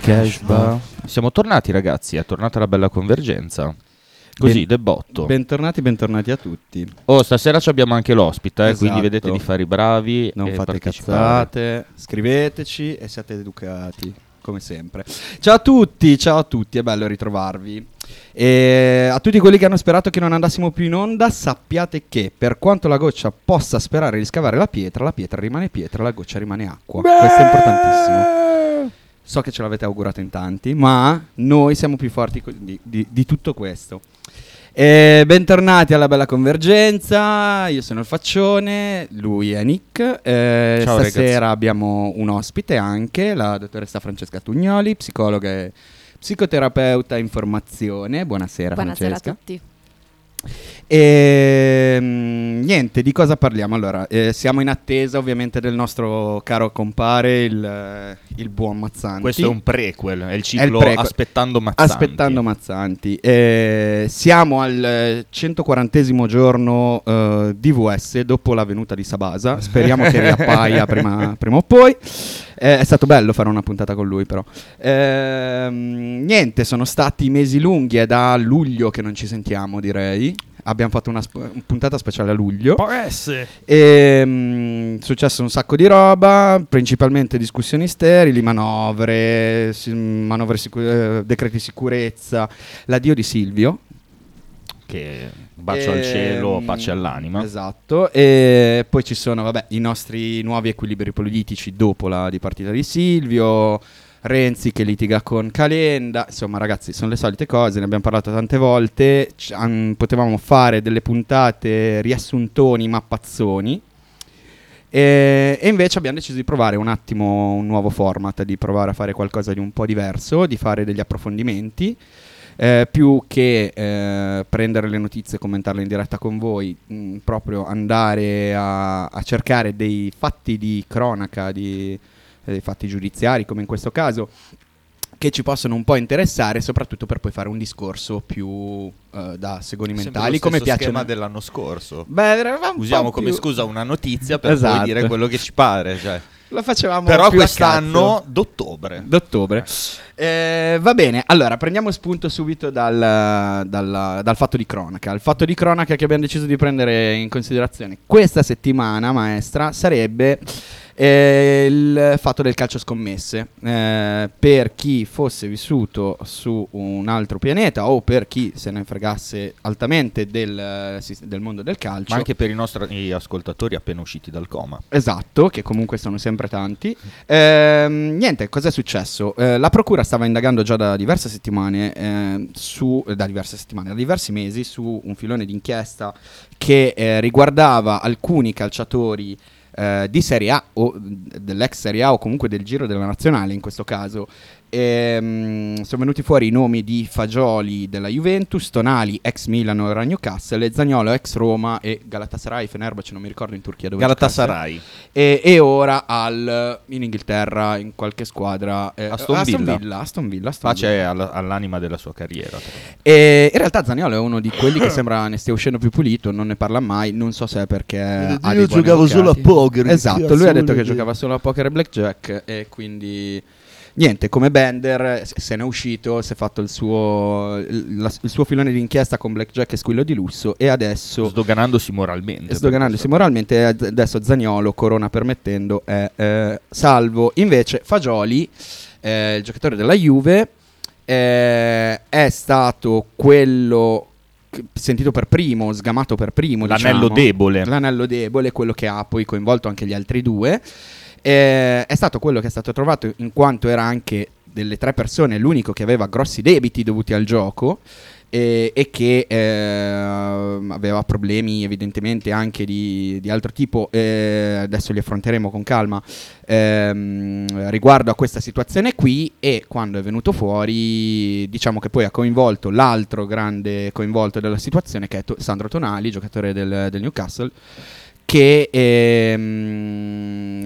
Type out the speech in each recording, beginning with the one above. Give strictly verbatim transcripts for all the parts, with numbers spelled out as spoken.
Cashba. Siamo tornati, ragazzi, è tornata la bella convergenza. Così, Ben- de botto. Bentornati, bentornati a tutti. Oh, stasera ci abbiamo anche l'ospite, eh, Esatto. quindi vedete di fare i bravi. Non e fate partecipare. cazzate, scriveteci e siate educati, come sempre. Ciao a tutti, ciao a tutti, è bello ritrovarvi. E a tutti quelli che hanno sperato che non andassimo più in onda, sappiate che per quanto la goccia possa sperare di scavare la pietra, la pietra rimane pietra, la goccia rimane acqua. Beh! Questo è importantissimo. So che ce l'avete augurato in tanti, ma noi siamo più forti co- di, di- di tutto questo. E bentornati alla bella convergenza, io sono il Faccione, lui è Nick. Eh, Ciao, stasera ragazzi. abbiamo un ospite anche, la dottoressa Francesca Tugnoli, psicologa e psicoterapeuta in formazione. Buonasera, Buonasera Francesca. a tutti. E mm, niente, di cosa parliamo? Allora, eh, siamo in attesa ovviamente del nostro caro compare, il, eh, il buon Mazzanti. Questo è un prequel, è il È il ciclo prequel. Aspettando Mazzanti. Aspettando Mazzanti. Eh, siamo al eh, centoquarantesimo giorno eh, di V S dopo la venuta di Sabasa. Speriamo che riappaia prima, prima o poi. Eh, è stato bello fare una puntata con lui, però. Ehm, niente, sono stati mesi lunghi, è da luglio che non ci sentiamo, direi. Abbiamo fatto una sp- puntata speciale a luglio. Può essere. E, mm, è successo un sacco di roba, principalmente discussioni sterili, manovre, si- manovre sicu- eh, decreti sicurezza, l'addio di Silvio. Che bacio al Ehm, cielo, pace all'anima. Esatto. E poi ci sono, vabbè, i nostri nuovi equilibri politici dopo la dipartita di Silvio. Renzi che litiga con Calenda. Insomma, ragazzi, sono le solite cose, ne abbiamo parlato tante volte. C- an- potevamo fare delle puntate riassuntoni mappazzoni. E, e invece abbiamo deciso di provare un attimo un nuovo format, di provare a fare qualcosa di un po' diverso, di fare degli approfondimenti. Eh, più che eh, prendere le notizie e commentarle in diretta con voi, mh, proprio andare a, a cercare dei fatti di cronaca, di, eh, dei fatti giudiziari, come in questo caso, che ci possono un po' interessare, soprattutto per poi fare un discorso più eh, da segoni mentali, come piace schema dell'anno scorso. Beh, eravamo un Usiamo po' come più- scusa una notizia per Esatto. poi dire quello che ci pare, cioè. Lo facevamo Però più a quest'anno cazzo. d'ottobre. D'ottobre. Eh, va bene, allora prendiamo spunto subito dal, dal- dal fatto di cronaca. Il fatto di cronaca che abbiamo deciso di prendere in considerazione questa settimana, maestra, sarebbe eh, il fatto del calcio scommesse. Eh, per chi fosse vissuto su un altro pianeta o per chi se ne fregasse altamente del, eh, sis- del mondo del calcio. Ma anche per i nostri ascoltatori appena usciti dal coma. Esatto, che comunque sono sempre tanti. Ehm, niente, cos'è successo? Eh, la procura stava indagando già da diverse settimane, ehm, su, eh, da diverse settimane, da diversi mesi, su un filone d'inchiesta che eh, riguardava alcuni calciatori eh, di Serie A o dell'ex Serie A o comunque del Giro della Nazionale in questo caso. Ehm, sono venuti fuori i nomi di Fagioli della Juventus, Tonali ex Milano e Newcastle, e Zaniolo ex Roma e Galatasaray, Fenerbahce, non mi ricordo in Turchia dove Galatasaray. giocasse. e, e ora al, in Inghilterra in qualche squadra eh, Aston Aston Villa. Villa, Aston Villa, Aston Pace Villa. all- all'anima della sua carriera. E in realtà Zaniolo è uno di quelli che sembra ne stia uscendo più pulito, non ne parla mai, non so se è perché ha dei buoni avvocati. poker. che Esatto, cazzo lui ha detto vuole che dire? giocava solo a poker e blackjack e quindi niente, come Bender s- se n'è uscito, si è fatto il suo, il, la- il suo filone di inchiesta con blackjack e squillo di lusso e adesso, Sdoganandosi moralmente. sdoganandosi moralmente, ad- adesso Zaniolo, corona permettendo, è eh, salvo. Invece Fagioli, eh, il giocatore della Juve, eh, è stato quello che- sentito per primo, sgamato per primo, L'anello diciamo. debole. L'anello debole, quello che ha poi coinvolto anche gli altri due. Eh, è stato quello che è stato trovato in quanto era anche delle tre persone l'unico che aveva grossi debiti dovuti al gioco e, e che eh, aveva problemi evidentemente anche di, di altro tipo. Eh, adesso li affronteremo con calma ehm, riguardo a questa situazione qui. E quando è venuto fuori, diciamo che poi ha coinvolto l'altro grande coinvolto della situazione, che è To- Sandro Tonali, giocatore del, del Newcastle, che ehm,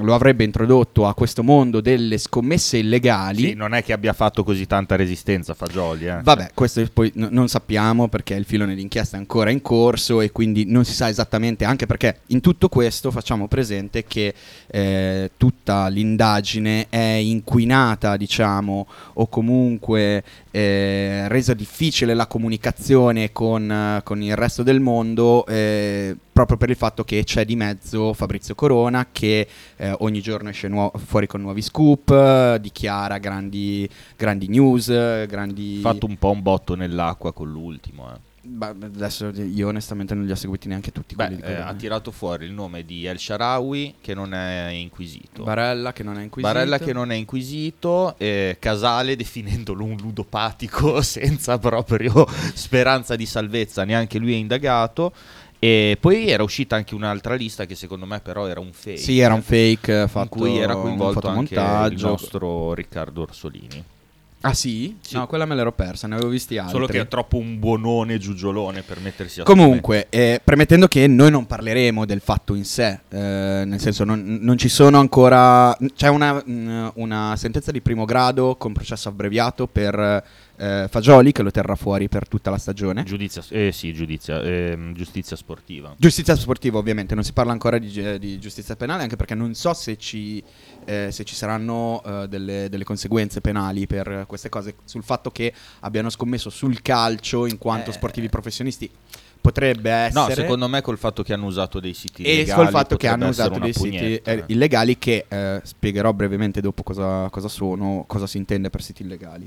lo avrebbe introdotto a questo mondo delle scommesse illegali. Sì, non è che abbia fatto così tanta resistenza Fagioli, eh. Vabbè, questo poi n- non sappiamo perché il filone d'inchiesta è ancora in corso e quindi non si sa esattamente, anche perché in tutto questo facciamo presente che eh, tutta l'indagine è inquinata, diciamo, o comunque eh, resa difficile la comunicazione con, eh, con il resto del mondo eh, proprio per il fatto che c'è di mezzo Fabrizio Corona che eh, ogni giorno esce nuo- fuori con nuovi scoop, eh, dichiara grandi, grandi news, eh, grandi... Fatto un po' un botto nell'acqua con l'ultimo, eh. Bah, adesso io onestamente non li ho seguiti neanche tutti. Beh, quelli di eh, Corona. ha tirato fuori il nome di El Sharawi che non è inquisito. Barella che non è inquisito. Barella che non è inquisito, eh, Casale definendolo un ludopatico senza proprio speranza di salvezza, neanche lui è indagato. E poi era uscita anche un'altra lista che secondo me però era un fake. Sì, era un fake fatto, in cui era un coinvolto anche il fotomontaggio. nostro Riccardo Orsolini. Ah sì? Sì. No, quella me l'ero persa, ne avevo visti altri. Solo che è troppo un buonone giugiolone per mettersi a Comunque, eh, premettendo che noi non parleremo del fatto in sé, eh, nel senso non, non ci sono ancora... C'è una, una sentenza di primo grado con processo abbreviato per eh, Fagioli che lo terrà fuori per tutta la stagione. Giudizia, eh sì, giudizia, ehm, giustizia sportiva. Giustizia sportiva ovviamente, non si parla ancora di, gi- di giustizia penale, anche perché non so se ci, eh, se ci saranno eh, delle, delle conseguenze penali per queste cose, sul fatto che abbiano scommesso sul calcio in quanto Eh. sportivi professionisti. Potrebbe essere... No, secondo me col fatto che hanno usato dei siti e illegali col fatto che hanno potrebbe essere usato una dei siti pugnetta, eh, eh. illegali che eh, spiegherò brevemente dopo cosa, cosa sono, cosa si intende per siti illegali.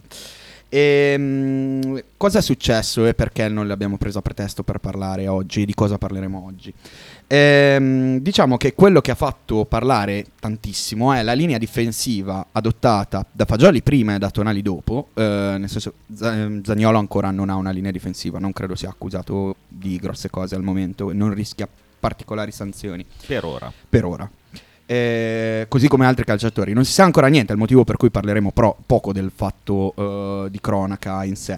Ehm, cosa è successo e perché non l'abbiamo preso a pretesto per parlare oggi, di cosa parleremo oggi? Ehm, diciamo che quello che ha fatto parlare tantissimo è la linea difensiva adottata da Fagioli prima e da Tonali dopo, eh, nel senso Z- Zaniolo ancora non ha una linea difensiva, non credo sia accusato di grosse cose al momento e non rischia particolari sanzioni Per ora. per ora. Eh, così come altri calciatori. Non si sa ancora niente, è il motivo per cui parleremo pro- poco del fatto eh, di cronaca in sé.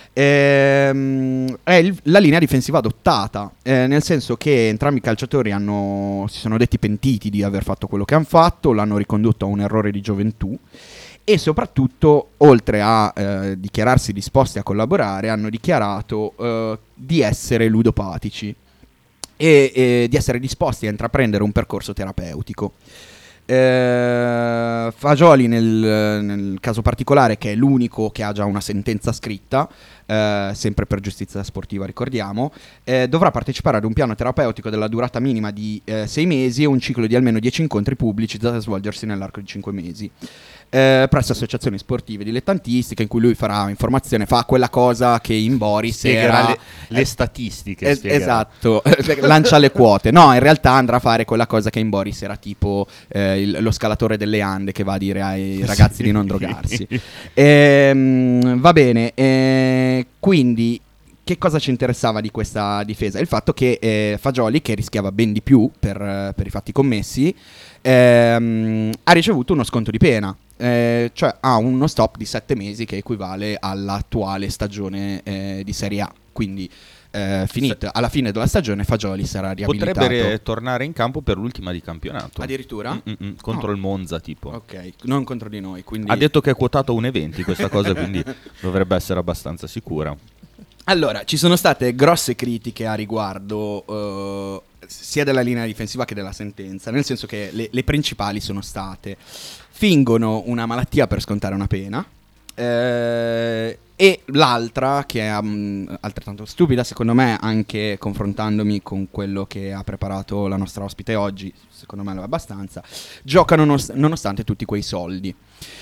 Ehm, è il- la linea difensiva adottata, eh, nel senso che entrambi i calciatori hanno, si sono detti pentiti di aver fatto quello che hanno fatto, l'hanno ricondotto a un errore di gioventù e soprattutto, oltre a eh, dichiararsi disposti a collaborare, hanno dichiarato eh, di essere ludopatici e, e di essere disposti a intraprendere un percorso terapeutico. Eh, Fagioli nel, nel caso particolare, che è l'unico che ha già una sentenza scritta, eh, sempre per giustizia sportiva ricordiamo, eh, dovrà partecipare ad un piano terapeutico della durata minima di eh, sei mesi e un ciclo di almeno dieci incontri pubblici da svolgersi nell'arco di cinque mesi. Eh, presso associazioni sportive dilettantistiche in cui lui farà informazione, fa quella cosa che in Boris Spiegherà era le, le eh, statistiche. es- spiegherà. esatto, lancia le quote. No, in realtà andrà a fare quella cosa che in Boris era tipo eh, il- lo scalatore delle Ande che va a dire ai ragazzi Sì. di non drogarsi. Ehm, va bene, eh, quindi che cosa ci interessava di questa difesa? Il fatto che eh, Fagioli, che rischiava ben di più per, eh, per i fatti commessi, ehm, ha ricevuto uno sconto di pena. Eh, cioè ha uno stop di sette mesi che equivale all'attuale stagione eh, di Serie A. Quindi eh, finito, alla fine della stagione Fagioli sarà riabilitato. Potrebbe eh, tornare in campo per l'ultima di campionato. Addirittura? Mm-mm, contro Oh. il Monza tipo. Ok, non contro di noi. Quindi... Ha detto che è quotato a un venti questa cosa, quindi dovrebbe essere abbastanza sicura. Allora, ci sono state grosse critiche a riguardo eh, sia della linea difensiva che della sentenza, nel senso che le, le principali sono state: fingono una malattia per scontare una pena, eh, e l'altra, che è um, altrettanto stupida secondo me, anche confrontandomi con quello che ha preparato la nostra ospite oggi, secondo me lo è abbastanza, giocano nonost- nonostante tutti quei soldi.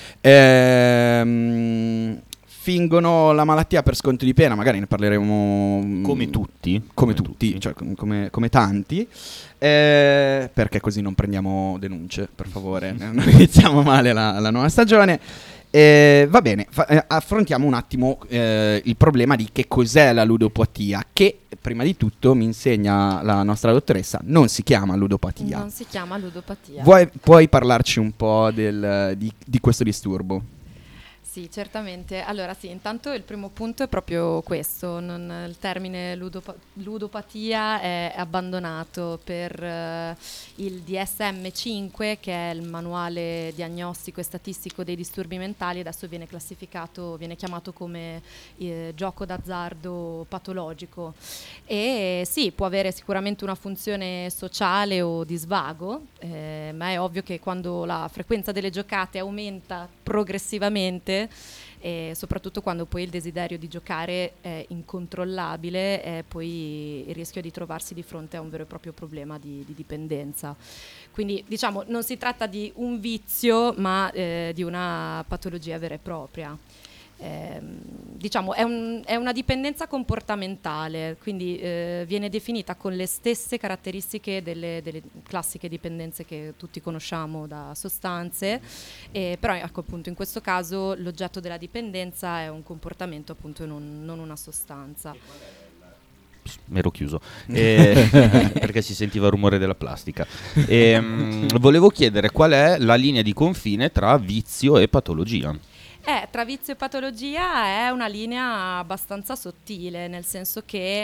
Ehm... Fingono la malattia per sconto di pena, magari ne parleremo Come tutti. come, come tutti, cioè com- come, come tanti, eh, perché così non prendiamo denunce, per favore, non iniziamo male la, la nuova stagione. Eh, va bene, fa- eh, affrontiamo un attimo eh, il problema di che cos'è la ludopatia, che prima di tutto mi insegna la nostra dottoressa, non si chiama ludopatia. Non si chiama ludopatia. Vuoi, puoi parlarci un po' del, di, di questo disturbo? Sì, certamente. Allora sì, intanto il primo punto è proprio questo, non- il termine ludopa- ludopatia è abbandonato per eh, il D S M cinque, che è il manuale diagnostico e statistico dei disturbi mentali, adesso viene classificato, viene chiamato come eh, gioco d'azzardo patologico. E sì, può avere sicuramente una funzione sociale o di svago, eh, ma è ovvio che quando la frequenza delle giocate aumenta progressivamente, e soprattutto quando poi il desiderio di giocare è incontrollabile, è poi il rischio di trovarsi di fronte a un vero e proprio problema di, di dipendenza. Quindi diciamo non si tratta di un vizio, ma eh, di una patologia vera e propria. Eh, diciamo è, un, è una dipendenza comportamentale, quindi eh, viene definita con le stesse caratteristiche delle, delle classiche dipendenze che tutti conosciamo da sostanze, eh, però ecco appunto in questo caso l'oggetto della dipendenza è un comportamento appunto, non, non una sostanza. Mi ero chiuso eh, perché si sentiva il rumore della plastica. E, mh, volevo chiedere qual è la linea di confine tra vizio e patologia. Eh, tra vizio e patologia è una linea abbastanza sottile, nel senso che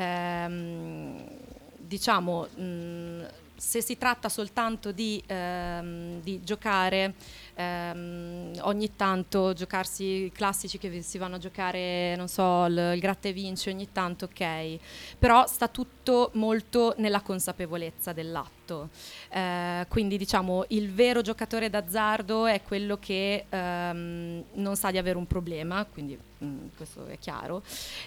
ehm, diciamo mh, se si tratta soltanto di, ehm, di giocare ehm, ogni tanto, giocarsi i classici che si vanno a giocare, non so, il, il gratta e vinci ogni tanto, ok, però sta tutto molto nella consapevolezza dell'atto. Eh, quindi diciamo il vero giocatore d'azzardo è quello che ehm, non sa di avere un problema, quindi mh, questo è chiaro,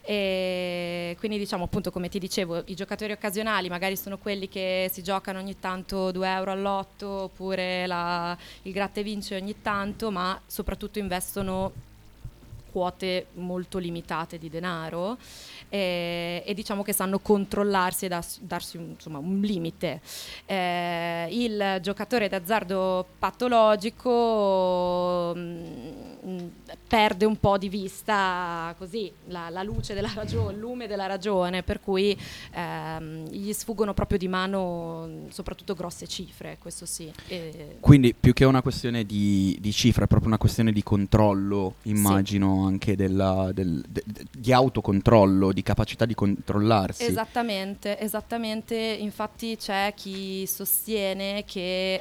e quindi diciamo appunto come ti dicevo i giocatori occasionali magari sono quelli che si giocano ogni tanto due euro all'otto oppure la, il gratta e vinci ogni tanto, ma soprattutto investono quote molto limitate di denaro e, e diciamo che sanno controllarsi e das, darsi un, insomma, un limite. Eh, il giocatore d'azzardo patologico mh, perde un po' di vista così la, la luce della ragione, il lume della ragione, per cui ehm, gli sfuggono proprio di mano soprattutto grosse cifre, questo sì. E Quindi più che una questione di, di cifra è proprio una questione di controllo, immagino, sì, anche della, del, de, de, di autocontrollo, di capacità di controllarsi. Esattamente, esattamente, infatti c'è chi sostiene che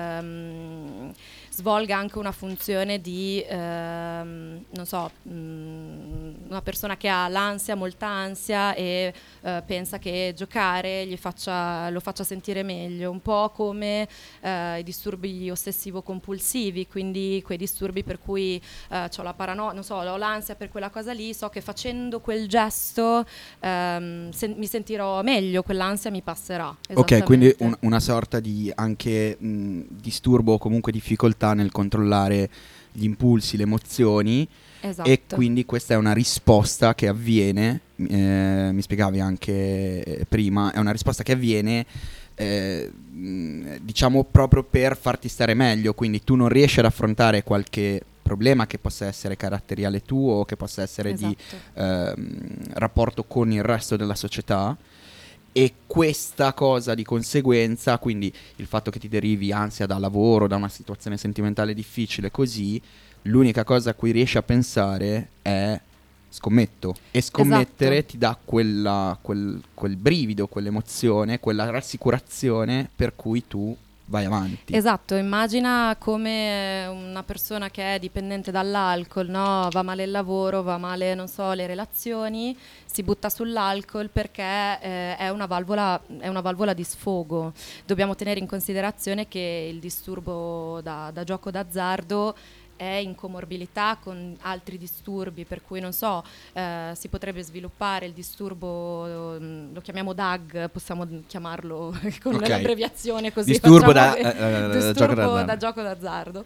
ehm, svolga anche una funzione di, ehm, non so, mh, una persona che ha l'ansia, molta ansia e eh, pensa che giocare gli faccia, lo faccia sentire meglio, un po' come eh, i disturbi ossessivo-compulsivi, quindi quei disturbi per cui eh, ho la paranoia, non so, ho l'ansia per quella cosa lì, so che facendo quel gesto ehm, sen- mi sentirò meglio, quell'ansia mi passerà. Ok, quindi un, una sorta di anche mh, disturbo o comunque difficoltà nel controllare gli impulsi, le emozioni. Esatto. E quindi questa è una risposta che avviene, eh, mi spiegavi anche eh, prima, è una risposta che avviene eh, mh, diciamo proprio per farti stare meglio, quindi tu non riesci ad affrontare qualche problema che possa essere caratteriale tuo o che possa essere Esatto. di eh, rapporto con il resto della società. E questa cosa di conseguenza, quindi il fatto che ti derivi ansia da lavoro, da una situazione sentimentale difficile, così, l'unica cosa a cui riesci a pensare è scommetto. E scommettere Esatto. ti dà quella, quel, quel brivido, quell'emozione, quella rassicurazione per cui tu vai avanti. Esatto, immagina come una persona che è dipendente dall'alcol, no? Va male il lavoro, va male, non so, le relazioni, si butta sull'alcol perché eh, è una valvola, è una valvola di sfogo. Dobbiamo tenere in considerazione che il disturbo da, da gioco d'azzardo è in comorbilità con altri disturbi, per cui non so, eh, si potrebbe sviluppare il disturbo, mm, lo chiamiamo D A G, possiamo chiamarlo con Ok. l'abbreviazione così. Disturbo da, facciamo- eh, eh, disturbo gioco d'azzardo. da gioco d'azzardo.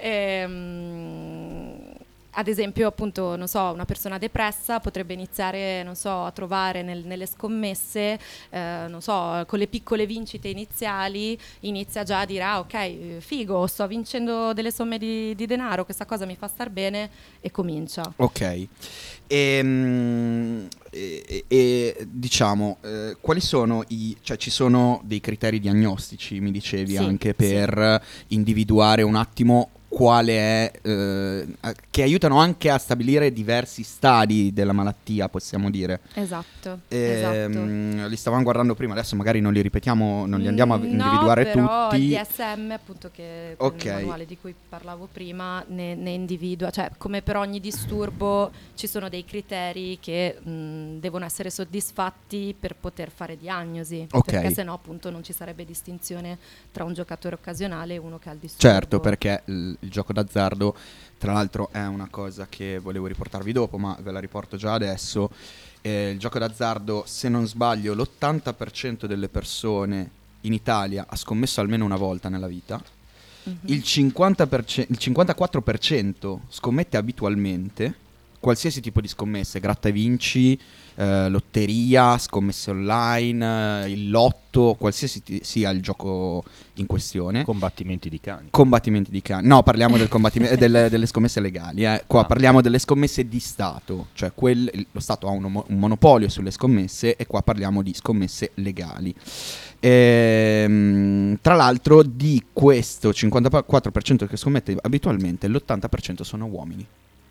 Ehm, ad esempio, appunto, non so, una persona depressa potrebbe iniziare, non so, a trovare nel- nelle scommesse, eh, non so, con le piccole vincite iniziali, inizia già a dire, ah, ok, figo, sto vincendo delle somme di, di denaro, questa cosa mi fa star bene, e comincia. Ok. Ehm, E, e, e diciamo, eh, quali sono i, cioè ci sono dei criteri diagnostici, mi dicevi, Sì, anche sì. per individuare un attimo quale è, eh, che aiutano anche a stabilire diversi stadi della malattia, possiamo dire. Esatto, Ehm, esatto. Li stavamo guardando prima, adesso magari non li ripetiamo, non li andiamo a Mm, individuare no, però tutti. il D S M, appunto, che è Ok. il manuale di cui parlavo prima, ne, ne individua, cioè come per ogni disturbo ci sono dei criteri che mh, devono essere soddisfatti per poter fare diagnosi, Ok. perché sennò appunto non ci sarebbe distinzione tra un giocatore occasionale e uno che ha il disturbo. Certo, perché il, il gioco d'azzardo, tra l'altro, è una cosa che volevo riportarvi dopo, ma ve la riporto già adesso. Eh, il gioco d'azzardo, se non sbaglio, l'ottanta per cento delle persone in Italia ha scommesso almeno una volta nella vita. Mhm. Il cinquanta per cento, il cinquantaquattro per cento scommette abitualmente, qualsiasi tipo di scommesse, gratta e vinci, eh, lotteria, scommesse online, eh, il lotto, qualsiasi ti- sia il gioco in questione. Combattimenti di cani. Combattimenti di cani. No, parliamo del combattimento, delle, delle scommesse legali. Eh. Qua Ah. parliamo delle scommesse di Stato, cioè quel- il- lo Stato ha un, mo- un monopolio sulle scommesse e qua parliamo di scommesse legali. Ehm, tra l'altro di questo cinquantaquattro per cento che scommette abitualmente, l'ottanta per cento sono uomini.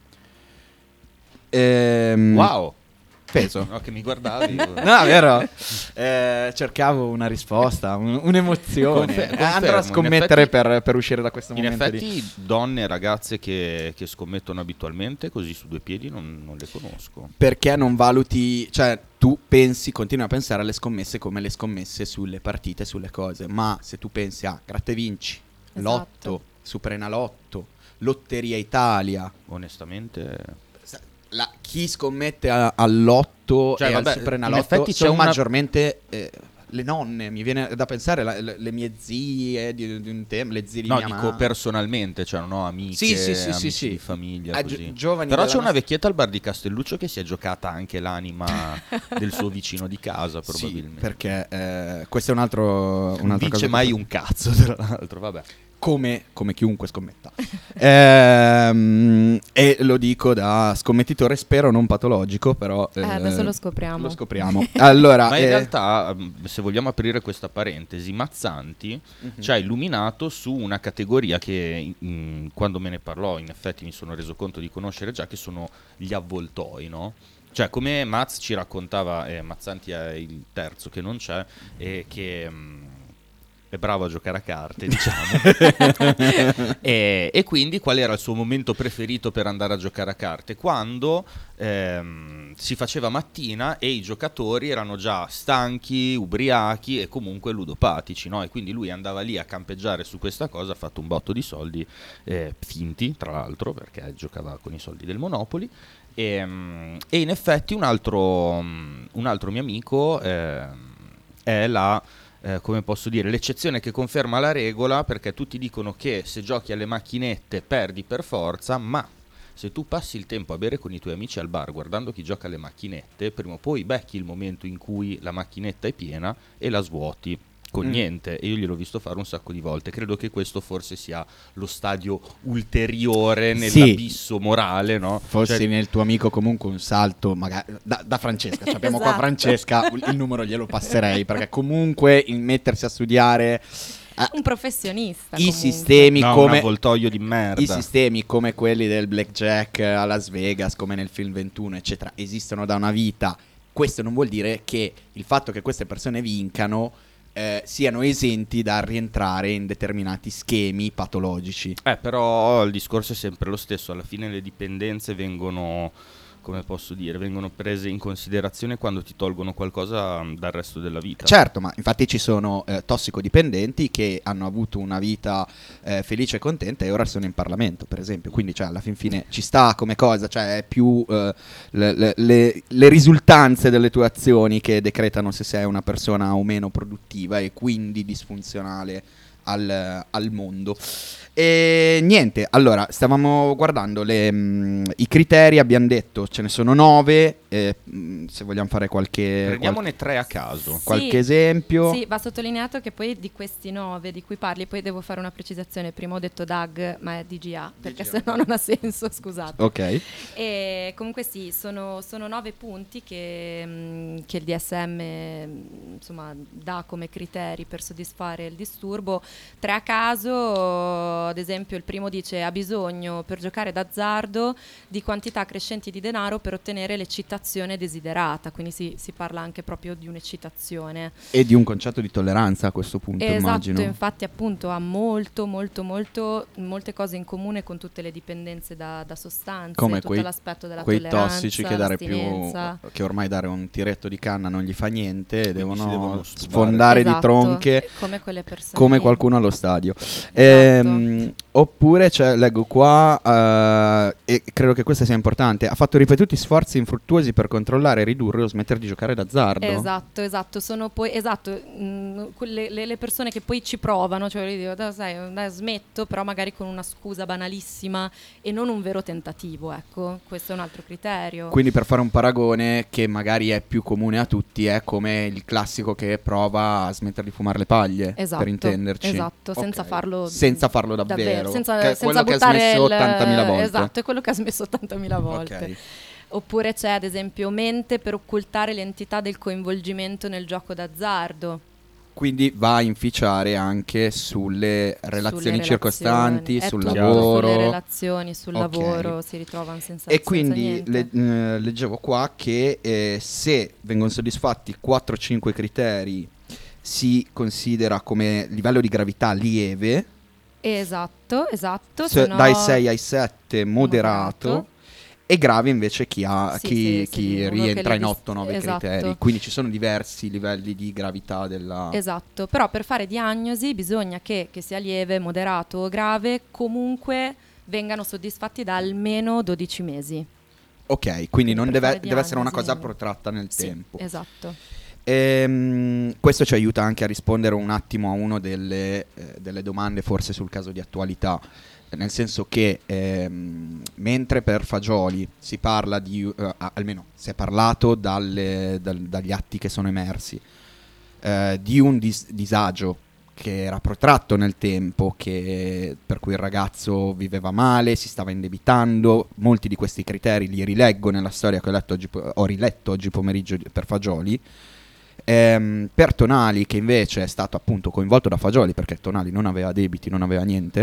Ehm, Wow! Peso. No, che mi guardavi. No, vero? Eh, cercavo una risposta, un- un'emozione. Confer- Eh, andrò a confermo, scommettere in effetti- per, per uscire da questo In momento. di- effetti, donne e ragazze che, che scommettono abitualmente, così su due piedi, non, non le conosco. Perché non valuti, cioè tu pensi, continui a pensare alle scommesse come le scommesse sulle partite, sulle cose, ma se tu pensi a gratta e vinci, Esatto. lotto, Superenalotto, Lotteria Italia, Onestamente, la- chi scommette a- al lotto Cioè, e vabbè, al Superenalotto in effetti c'è sono una- maggiormente eh, le nonne, mi viene da pensare la- le, le mie zie di, di un tempo, le zie di no, mia dico mamma. personalmente, cioè non ho amiche, Sì, sì, sì, amici sì, sì. di famiglia, Eh, così. gio- giovani Però della c'è una nostra- vecchietta al bar di Castelluccio che si è giocata anche l'anima del suo vicino di casa, Sì, probabilmente. perché eh, questo è un altro non un'altra vince cosa mai che- un cazzo, tra l'altro, vabbè. come, come chiunque scommetta. Ehm, e lo dico da scommettitore, spero non patologico, però Eh, adesso lo scopriamo. Lo scopriamo. Allora, Ma in eh, realtà, mm, se vogliamo aprire questa parentesi, Mazzanti Mhm. ci ha illuminato su una categoria che mm, quando me ne parlò, in effetti mi sono reso conto di conoscere già, che sono gli avvoltoi, no? Cioè, come Maz ci raccontava, eh, Mazzanti è il terzo che non c'è, e che mm, è bravo a giocare a carte, diciamo. e, e quindi qual era il suo momento preferito per andare a giocare a carte? Quando ehm, si faceva mattina e i giocatori erano già stanchi, ubriachi e comunque ludopatici, no? E quindi lui andava lì a campeggiare su questa cosa, ha fatto un botto di soldi, eh, finti tra l'altro, perché giocava con i soldi del Monopoli. E, mm, e in effetti un altro, mm, un altro mio amico ehm, è la... Eh, come posso dire, l'eccezione che conferma la regola, perché tutti dicono che se giochi alle macchinette perdi per forza, ma se tu passi il tempo a bere con i tuoi amici al bar guardando chi gioca alle macchinette, prima o poi becchi il momento in cui la macchinetta è piena e la svuoti con Mm. niente. E io gliel'ho visto fare un sacco di volte. Credo che questo forse sia lo stadio ulteriore Sì. nell'abisso morale, no? fossi Cioè, nel tuo amico comunque un salto magari da, da Francesca, cioè abbiamo qua Esatto. Francesca, il numero glielo passerei perché comunque il mettersi a studiare eh, Un professionista. i comunque. sistemi no, un come avvoltoio di merda. i sistemi come quelli del blackjack a Las Vegas, come nel film ventuno, eccetera, esistono da una vita. Questo non vuol dire che il fatto che queste persone vincano eh, siano esenti da rientrare in determinati schemi patologici. Eh, però il discorso è sempre lo stesso, alla fine le dipendenze vengono, come posso dire, vengono prese in considerazione quando ti tolgono qualcosa mm, dal resto della vita. Certo, ma infatti ci sono eh, tossicodipendenti che hanno avuto una vita eh, felice e contenta e ora sono in Parlamento, per esempio. Quindi, cioè, alla fin fine ci sta come cosa, cioè è più eh, le, le- le- le risultanze delle tue azioni che decretano se sei una persona o meno produttiva e quindi disfunzionale al, al mondo. E niente, allora stavamo guardando le, mh, i criteri, abbiamo detto ce ne sono nove, eh, mh, se vogliamo fare qualche, Prendiamone tre a caso. Sì. qualche esempio. Sì, va sottolineato che poi di questi nove di cui parli, poi devo fare una precisazione. Prima ho detto D A G, ma è D G A, perché D G A. se no non ha senso, scusate. Ok. E comunque sì, sono, sono nove punti che, mh, che il D S M mh, insomma, dà come criteri per soddisfare il disturbo. tre a caso, ad esempio il primo dice ha bisogno per giocare d'azzardo di quantità crescenti di denaro per ottenere l'eccitazione desiderata, quindi si, si parla anche proprio di un'eccitazione. E di un concetto di tolleranza a questo punto, Esatto, immagino. infatti appunto ha molto molto molto molte cose in comune con tutte le dipendenze da, da sostanze, Come tutto quei, l'aspetto della quei tolleranza, tossici che dare più l'astinenza. che ormai dare un tiretto di canna non gli fa niente e devono, devono stufare. sfondare Esatto, di tronche come quelle persone come lì. qualcuno allo stadio. Esatto. Ehm, oppure c'è, leggo qua, eh, e credo che questo sia importante, ha fatto ripetuti sforzi infruttuosi per controllare, ridurre o smettere di giocare d'azzardo. Esatto, esatto, sono poi esatto, mh, quelle, le, le persone che poi ci provano, cioè io dico, "Dai, sai, dai, smetto", però magari con una scusa banalissima e non un vero tentativo, ecco, questo è un altro criterio. Quindi, per fare un paragone che magari è più comune a tutti, è come il classico che prova a smettere di fumare le paglie, Esatto, per intenderci. esatto, senza Ok. farlo senza farlo davvero, senza, che è senza quello che ha buttare smesso il- ottantamila volte. Esatto, è quello che ha smesso ottantamila volte. Ok. Oppure c'è ad esempio mente per occultare l'entità del coinvolgimento nel gioco d'azzardo. Quindi va a inficiare anche sulle relazioni Sulle circostanti, relazioni, è sul tutto lavoro. sulle relazioni, sul Ok. lavoro, si ritrovano senza E senza quindi niente. le- eh, leggevo qua che eh, se vengono soddisfatti quattro cinque criteri si considera come livello di gravità lieve, Esatto, esatto. se- se no- dai sei ai sette moderato, moderato. e grave invece chi, ha, Sì, chi, sì, sì, chi uno che rientra li in dis- otto nove esatto. criteri. Quindi ci sono diversi livelli di gravità della... Esatto, però per fare diagnosi bisogna che, che sia lieve, moderato o grave, comunque vengano soddisfatti da almeno dodici mesi. Ok, quindi non per deve, fare deve essere una diagnosi- cosa protratta nel Sì, tempo. esatto. Ehm, questo ci aiuta anche a rispondere un attimo a una delle, eh, delle domande forse sul caso di attualità, nel senso che ehm, mentre per Fagioli si parla di, eh, almeno si è parlato dalle- dal- dagli atti che sono emersi, eh, di un dis- disagio che era protratto nel tempo, che, per cui il ragazzo viveva male, si stava indebitando. Molti di questi criteri li rileggo nella storia che ho, letto oggi, po- ho riletto oggi pomeriggio di- per Fagioli. Ehm, per Tonali, che invece è stato appunto coinvolto da Fagioli perché Tonali non aveva debiti, non aveva niente,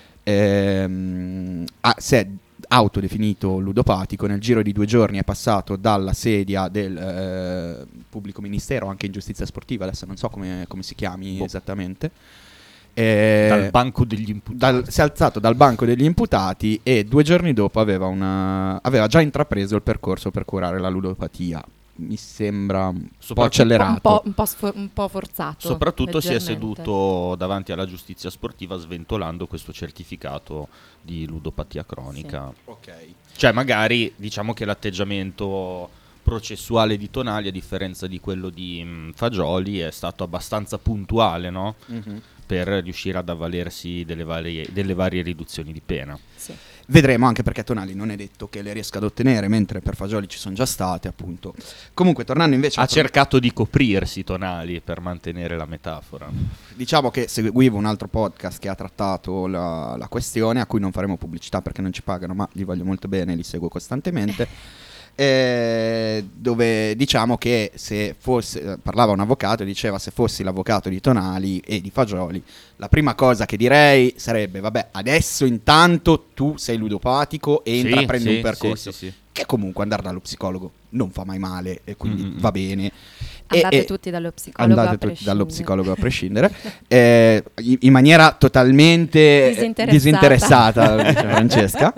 ehm, ha- si è autodefinito ludopatico. Nel giro di due giorni è passato dalla sedia del eh, pubblico ministero, anche in giustizia sportiva, adesso non so come, come si chiami Boh. esattamente, eh, Dal banco degli imputati. dal- si è alzato dal banco degli imputati e due giorni dopo aveva, una, aveva già intrapreso il percorso per curare la ludopatia. Mi sembra un po' Soprattutto- accelerato. Un po', un po' sfor- un po' forzato. Soprattutto si è leggermente. seduto davanti alla giustizia sportiva sventolando questo certificato di ludopatia cronica. Ok. Cioè magari diciamo che l'atteggiamento processuale di Tonali, a differenza di quello di mh, Fagioli, è stato abbastanza puntuale, no? Mhm. Per riuscire ad avvalersi delle varie, delle varie riduzioni di pena. Sì. Vedremo, anche perché Tonali non è detto che le riesca ad ottenere, mentre per Fagioli ci sono già state, appunto. Comunque, tornando invece Ha a cercato di coprirsi Tonali, per mantenere la metafora. diciamo che seguivo un altro podcast che ha trattato la, la questione, a cui non faremo pubblicità perché non ci pagano, ma li voglio molto bene, li seguo costantemente. eh, dove diciamo che se fosse, parlava un avvocato e diceva: se fossi l'avvocato di Tonali e di Fagioli, la prima cosa che direi sarebbe: vabbè, adesso intanto tu sei ludopatico e Sì, intraprendi sì, un percorso. sì, sì, sì. Che comunque andare dallo psicologo non fa mai male e quindi Mm-mm. va bene. Andate E- e- tutti dallo psicologo andate a tutti dallo prescindere. psicologo a prescindere, eh, in in maniera totalmente eh, Disinteressata. disinteressata, dice Francesca.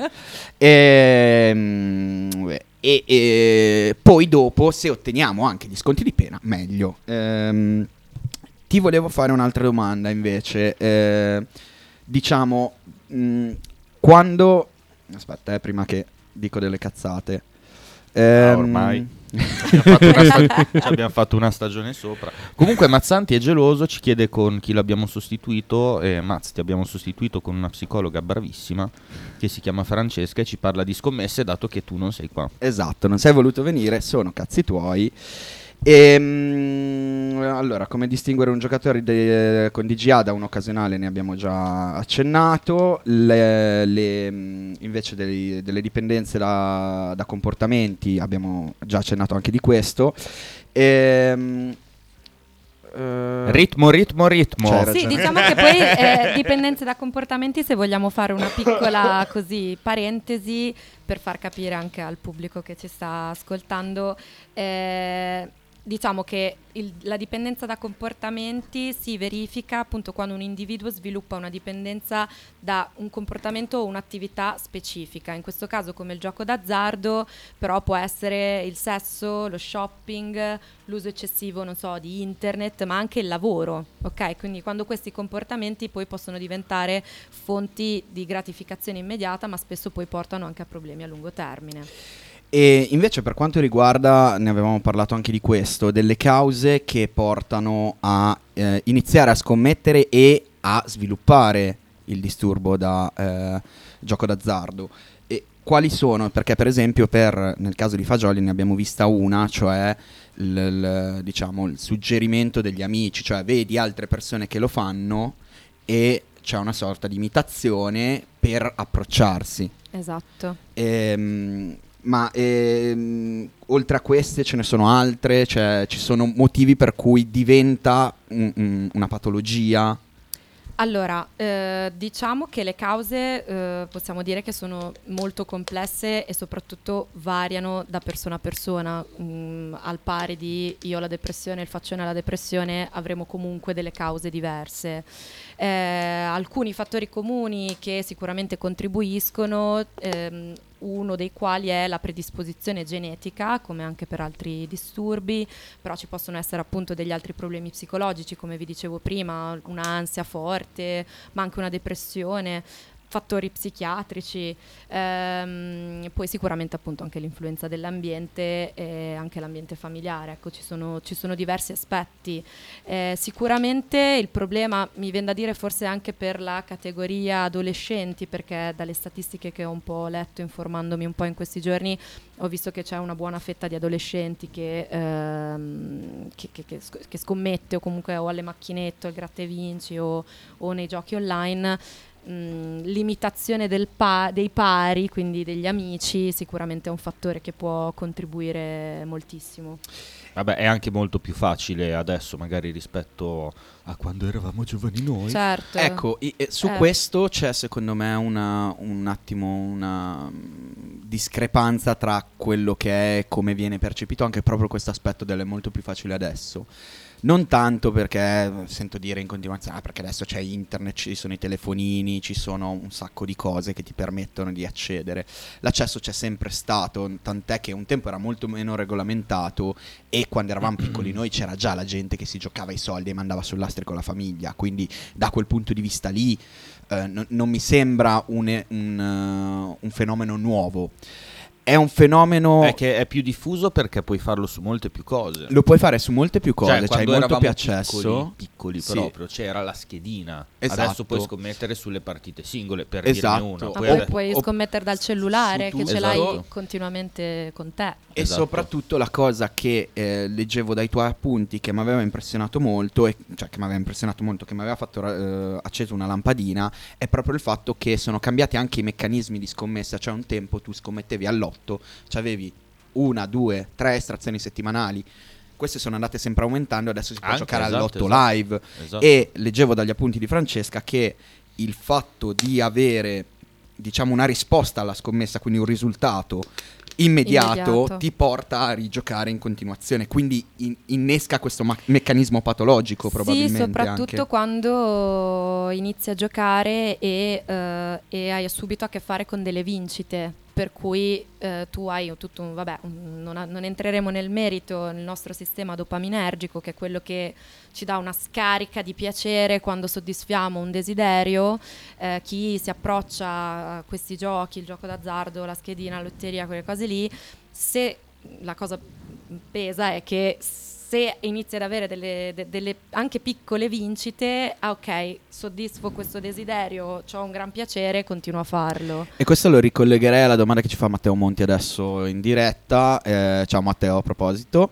Ehm, E, e poi dopo, se otteniamo anche gli sconti di pena, meglio. Ehm, ti volevo fare un'altra domanda invece. Eh, diciamo, mh, quando... Aspetta, eh, prima che dico delle cazzate. Ehm, ormai. Ci abbiamo, fatto una sta- ci abbiamo fatto una stagione sopra. Comunque Mazzanti è geloso, ci chiede con chi l'abbiamo sostituito. E Mazz, ti abbiamo sostituito con una psicologa bravissima che si chiama Francesca e ci parla di scommesse, dato che tu non sei qua. Esatto, non sei voluto venire, sono cazzi tuoi. Ehm, allora, come distinguere un giocatore de- con D G A da un occasionale ne abbiamo già accennato. Le, le, mh, invece dei- delle dipendenze da, da comportamenti abbiamo già accennato anche di questo. Ehm, eh, Ritmo, ritmo, ritmo. C'hai Sì, ragione. diciamo che poi eh, dipendenze da comportamenti, se vogliamo fare una piccola così parentesi per far capire anche al pubblico che ci sta ascoltando, eh, diciamo che il- la dipendenza da comportamenti si verifica appunto quando un individuo sviluppa una dipendenza da un comportamento o un'attività specifica. In questo caso, come il gioco d'azzardo, però può essere il sesso, lo shopping, l'uso eccessivo, non so, di internet, ma anche il lavoro, ok? Quindi quando questi comportamenti poi possono diventare fonti di gratificazione immediata, ma spesso poi portano anche a problemi a lungo termine. E invece per quanto riguarda, ne avevamo parlato anche di questo, delle cause che portano a eh, iniziare a scommettere e a sviluppare il disturbo da eh, gioco d'azzardo. E quali sono? Perché per esempio per, nel caso di Fagioli ne abbiamo vista una, cioè il, il, diciamo, il suggerimento degli amici, cioè vedi altre persone che lo fanno e c'è una sorta di imitazione per approcciarsi. Esatto. Ehm, ma ehm, oltre a queste ce ne sono altre, cioè ci sono motivi per cui diventa un- un- una patologia. Allora, eh, diciamo che le cause eh, possiamo dire che sono molto complesse e soprattutto variano da persona a persona. Mm, al pari di io ho la depressione, il faccione ha la depressione, avremo comunque delle cause diverse. Eh, alcuni fattori comuni che sicuramente contribuiscono, ehm, uno dei quali è la predisposizione genetica, come anche per altri disturbi, però ci possono essere appunto degli altri problemi psicologici, come vi dicevo prima, un'ansia forte, ma anche una depressione, fattori psichiatrici, ehm, poi sicuramente appunto anche l'influenza dell'ambiente e anche l'ambiente familiare, ecco ci sono, ci sono diversi aspetti. Eh, sicuramente il problema mi viene da dire forse anche per la categoria adolescenti, perché dalle statistiche che ho un po' letto informandomi un po' in questi giorni ho visto che c'è una buona fetta di adolescenti che, ehm, che, che, che sc- che scommette o comunque o alle macchinette o al gratta e vinci o, o nei giochi online. Mh, l'imitazione del pa- dei pari, quindi degli amici, sicuramente è un fattore che può contribuire moltissimo. Vabbè, è anche molto più facile adesso, magari rispetto a quando eravamo giovani noi. Certo. Ecco, i- e su Eh. questo c'è secondo me una, un attimo una mm, discrepanza tra quello che è e come viene percepito anche proprio questo aspetto dell'è molto più facile adesso. Non tanto perché sento dire in continuazione, ah, perché adesso c'è internet, ci sono i telefonini, ci sono un sacco di cose che ti permettono di accedere. L'accesso c'è sempre stato, tant'è che un tempo era molto meno regolamentato e quando eravamo piccoli noi c'era già la gente che si giocava i soldi e mandava sul lastrico la famiglia, quindi da quel punto di vista lì eh, no- non mi sembra un, un, uh, un fenomeno nuovo. È un fenomeno... È che è più diffuso perché puoi farlo su molte più cose. Lo puoi fare su molte più cose, Cioè, c'hai quando molto eravamo più accesso. piccoli, piccoli Sì. proprio, c'era la schedina. Esatto. Adesso puoi scommettere sulle partite singole, per Esatto. dirne una. Ma Poi poi ade- puoi o- scommettere dal cellulare su che tutto. ce l'hai Esatto. continuamente con te. E Esatto. soprattutto la cosa che eh, leggevo dai tuoi appunti che mi aveva impressionato molto, e, cioè che mi aveva impressionato molto, che mi aveva fatto eh, acceso una lampadina, è proprio il fatto che sono cambiati anche i meccanismi di scommessa. Cioè un tempo tu scommettevi all'otto, cioè avevi una, due, tre estrazioni settimanali. Queste sono andate sempre aumentando, adesso si può Anche, giocare esatto, all'otto esatto. live. Esatto. E leggevo dagli appunti di Francesca che il fatto di avere, diciamo, una risposta alla scommessa, quindi un risultato immediato, Immediato. ti porta a rigiocare in continuazione, quindi in- innesca questo ma- meccanismo patologico probabilmente. Sì, soprattutto anche. quando inizi a giocare e, eh, e hai subito a che fare con delle vincite, per cui eh, tu hai tutto un, vabbè, un- non, a- non entreremo nel merito, il nostro sistema dopaminergico, che è quello che ci dà una scarica di piacere quando soddisfiamo un desiderio. Eh, chi si approccia a questi giochi, il gioco d'azzardo, la schedina, la lotteria, quelle cose lì, se la cosa pesa è che se inizi ad avere delle, de- delle anche piccole vincite, ah ok, soddisfo questo desiderio, ho un gran piacere, continuo a farlo. E questo lo ricollegherei alla domanda che ci fa Matteo Monti adesso in diretta. Eh, ciao Matteo, a proposito.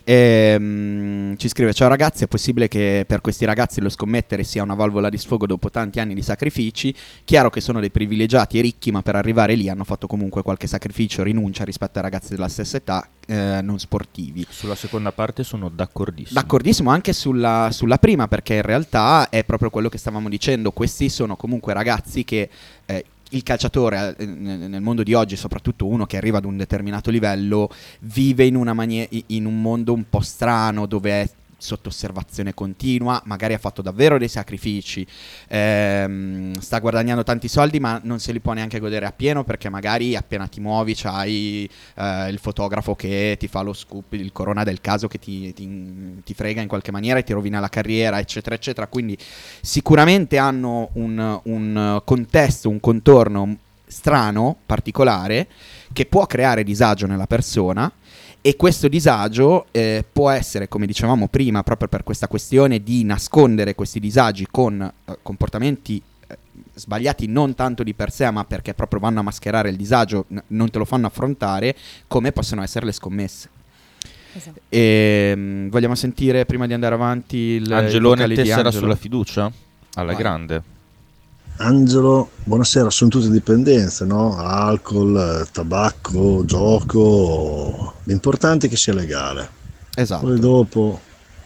Ehm, ci scrive: ciao ragazzi, è possibile che per questi ragazzi lo scommettere sia una valvola di sfogo dopo tanti anni di sacrifici? Chiaro che sono dei privilegiati e ricchi, ma per arrivare lì hanno fatto comunque qualche sacrificio, rinuncia rispetto ai ragazzi della stessa età, eh, non sportivi. Sulla seconda parte sono Sono d'accordissimo. D'accordissimo anche sulla, sulla prima, perché in realtà è proprio quello che stavamo dicendo. Questi sono comunque ragazzi che eh, il calciatore eh, nel mondo di oggi, soprattutto uno che arriva ad un determinato livello, vive in una manie- in un mondo un po' strano, dove è sotto osservazione continua, magari ha fatto davvero dei sacrifici, ehm, sta guadagnando tanti soldi ma non se li può neanche godere appieno, perché magari appena ti muovi c'hai eh, il fotografo che ti fa lo scoop, il corona del caso che ti, ti, ti frega in qualche maniera e ti rovina la carriera, eccetera eccetera. Quindi sicuramente hanno un, un contesto, un contorno strano, particolare, che può creare disagio nella persona. E questo disagio eh, può essere, come dicevamo prima, proprio per questa questione di nascondere questi disagi con eh, comportamenti eh, sbagliati non tanto di per sé, ma perché proprio vanno a mascherare il disagio, n- non te lo fanno affrontare, come possono essere le scommesse. Esatto. E, mh, vogliamo sentire, prima di andare avanti, il Angelone il vocale di tessera Angelo? sulla fiducia? Alla Vai. grande. Angelo, buonasera, sono tutte dipendenze, no? Alcol, eh, tabacco, gioco. L'importante è che sia legale. Esatto. Poi dopo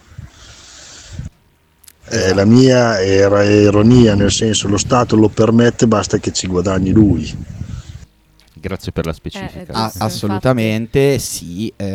eh, Esatto. la mia era ironia, nel senso lo Stato lo permette, basta che ci guadagni lui. Grazie per la Eh, specifica. Ah, giusto, assolutamente sì, eh,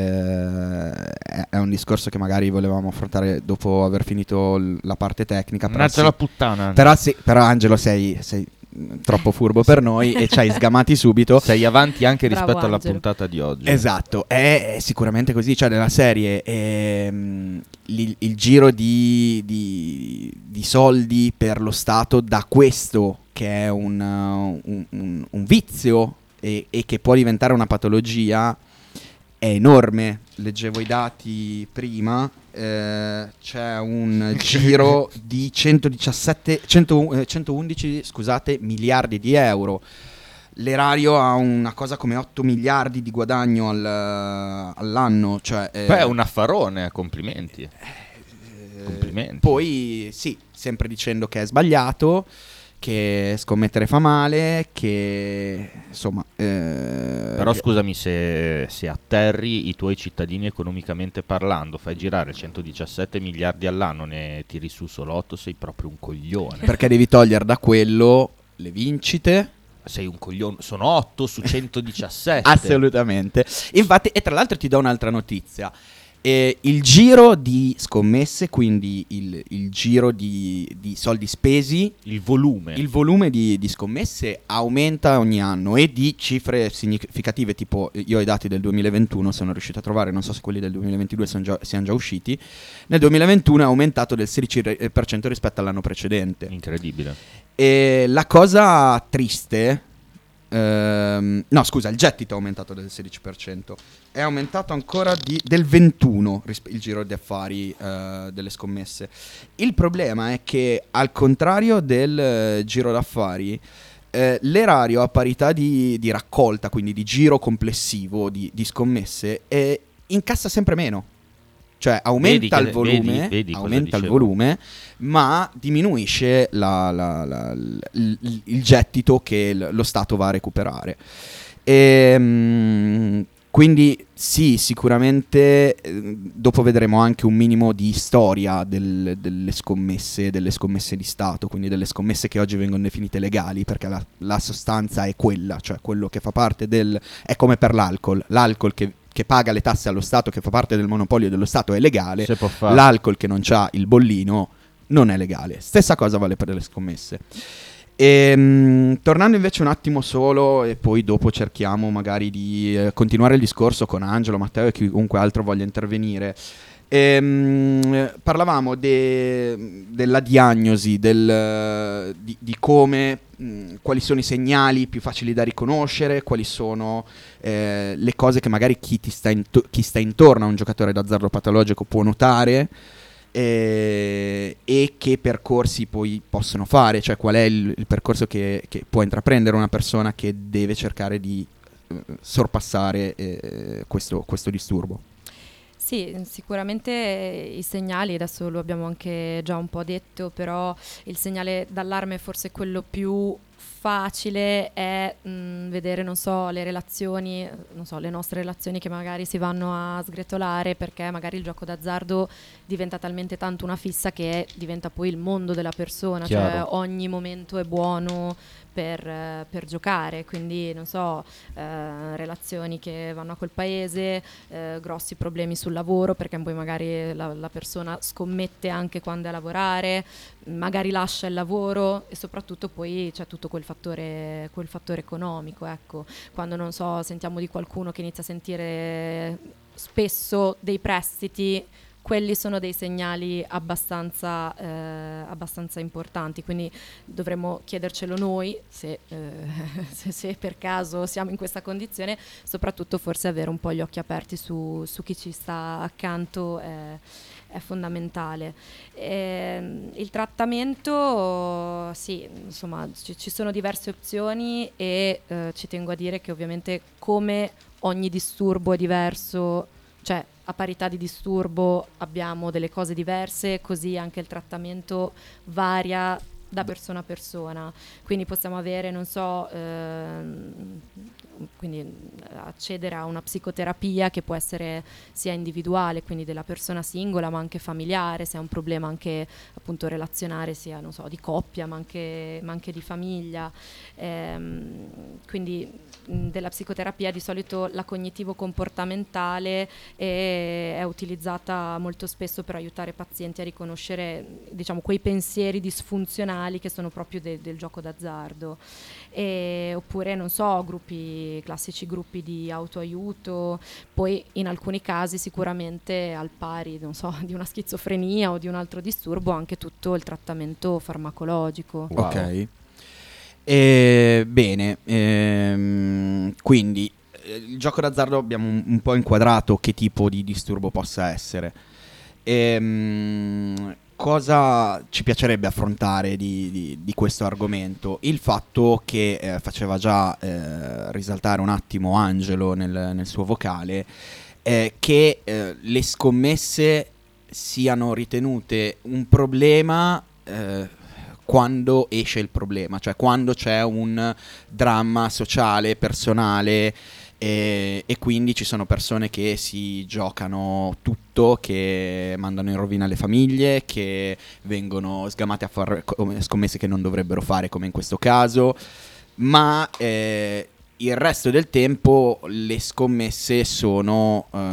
è è un discorso che magari volevamo affrontare dopo aver finito l- la parte tecnica. Però, Mannaggia sì. la puttana. Però, sì, però Angelo sei, sei mm, troppo furbo per noi e ci hai sgamati subito. Sei avanti anche Bravo, rispetto alla Angelo. puntata di oggi. Esatto, è, è sicuramente così, cioè nella serie ehm, il, il giro di, di- di soldi per lo Stato da questo che è un, uh, un- un- un vizio e, e che può diventare una patologia è enorme. Leggevo i dati prima, eh, c'è un giro di centodiciassette, cento, eh, centoundici scusate, miliardi di euro. L'erario ha una cosa come otto miliardi di guadagno al- all'anno, cioè, eh, Beh, è un affarone, complimenti. eh, complimenti. Poi sì, sempre dicendo che è sbagliato, che scommettere fa male, che insomma... eh, Però che- scusami, se, se atterri i tuoi cittadini economicamente parlando, fai girare centodiciassette miliardi all'anno, ne tiri su solo otto, sei proprio un coglione. Perché devi togliere da quello le vincite. Sei un coglione, sono otto su centodiciassette. Assolutamente. Infatti, e tra l'altro ti do un'altra notizia. Eh, il giro di scommesse, quindi il, il giro di, di soldi spesi, Il volume. il volume di, di scommesse aumenta ogni anno e di cifre significative, tipo io ho i dati del duemilaventuno, sono riuscito a trovare, non so se quelli del duemilaventidue sono già, siano già usciti. Nel duemilaventuno è aumentato del sedici per cento rispetto all'anno precedente. Incredibile. E la cosa triste, ehm, no scusa, il gettito è aumentato del sedici per cento, è aumentato ancora di- del ventuno per cento ris- il giro di affari eh, delle scommesse. Il problema è che al contrario del eh, giro d'affari, eh, l'erario a parità di, di raccolta, quindi di giro complessivo di, di scommesse, eh, incassa sempre meno. Cioè aumenta Vedi il che- volume, vedi- vedi cosa aumenta il dicevo. volume, ma diminuisce la- la- la- l- il, il gettito che l- lo Stato va a recuperare. Ehm, quindi sì, sicuramente eh, dopo vedremo anche un minimo di storia del- delle scommesse, delle scommesse di Stato, quindi delle scommesse che oggi vengono definite legali, perché la, la sostanza è quella, cioè quello che fa parte del... è come per l'alcol, l'alcol che che paga le tasse allo Stato, che fa parte del monopolio dello Stato, è legale. Se può fare. L'alcol che non c'ha il bollino non è legale. Stessa cosa vale per le scommesse. Ehm, tornando invece un attimo solo, e poi dopo cerchiamo magari di eh, continuare il discorso con Angelo, Matteo e chiunque altro voglia intervenire. Ehm, parlavamo de- della diagnosi, del, di, di come, mh, quali sono i segnali più facili da riconoscere, quali sono eh, le cose che magari chi, ti sta into- chi sta intorno a un giocatore d'azzardo patologico può notare, eh, e che percorsi poi possono fare, cioè qual è il, il percorso che, che può intraprendere una persona che deve cercare di eh, sorpassare eh, questo, questo disturbo. Sì, sicuramente i segnali, adesso lo abbiamo anche già un po' detto, però il segnale d'allarme è forse quello più facile è mh, vedere, non so, le relazioni, non so, le nostre relazioni che magari si vanno a sgretolare perché magari il gioco d'azzardo diventa talmente tanto una fissa che diventa poi il mondo della persona, Chiaro. cioè ogni momento è buono per, eh, per giocare, quindi non so, eh, relazioni che vanno a quel paese, eh, grossi problemi sul lavoro perché poi magari la, la persona scommette anche quando è a lavorare, magari lascia il lavoro e soprattutto poi c'è tutto quel fattore, quel fattore economico, ecco, quando non so, sentiamo di qualcuno che inizia a sentire spesso dei prestiti, quelli sono dei segnali abbastanza, eh, abbastanza importanti, quindi dovremmo chiedercelo noi se, eh, se, se per caso siamo in questa condizione, soprattutto forse avere un po' gli occhi aperti su, su chi ci sta accanto è, è fondamentale. E, il trattamento, sì, insomma, ci, ci sono diverse opzioni e eh, ci tengo a dire che ovviamente come ogni disturbo è diverso, cioè a parità di disturbo abbiamo delle cose diverse, così anche il trattamento varia da persona a persona, quindi possiamo avere, non so, ehm, quindi accedere a una psicoterapia che può essere sia individuale, quindi della persona singola, ma anche familiare, se è un problema anche appunto relazionare, sia, non so, di coppia, ma anche, ma anche di famiglia. Ehm, quindi mh, della psicoterapia di solito la cognitivo-comportamentale è, è utilizzata molto spesso per aiutare i pazienti a riconoscere, diciamo, quei pensieri disfunzionali che sono proprio de- del gioco d'azzardo. E, oppure, non so, gruppi, classici gruppi di autoaiuto, poi in alcuni casi sicuramente al pari, non so, di una schizofrenia o di un altro disturbo, anche tutto il trattamento farmacologico. Wow. Ok. E, bene, ehm, quindi eh, il gioco d'azzardo abbiamo un, un po' inquadrato che tipo di disturbo possa essere. Ehm, cosa ci piacerebbe affrontare di, di- di questo argomento? Il fatto che eh, faceva già eh, risaltare un attimo Angelo nel, nel suo vocale, è che eh, le scommesse siano ritenute un problema eh, quando esce il problema, cioè quando c'è un dramma sociale, personale, e, e quindi ci sono persone che si giocano tutto, che mandano in rovina le famiglie, che vengono sgamate a fare co- scommesse che non dovrebbero fare, come in questo caso, ma eh, il resto del tempo le scommesse sono eh,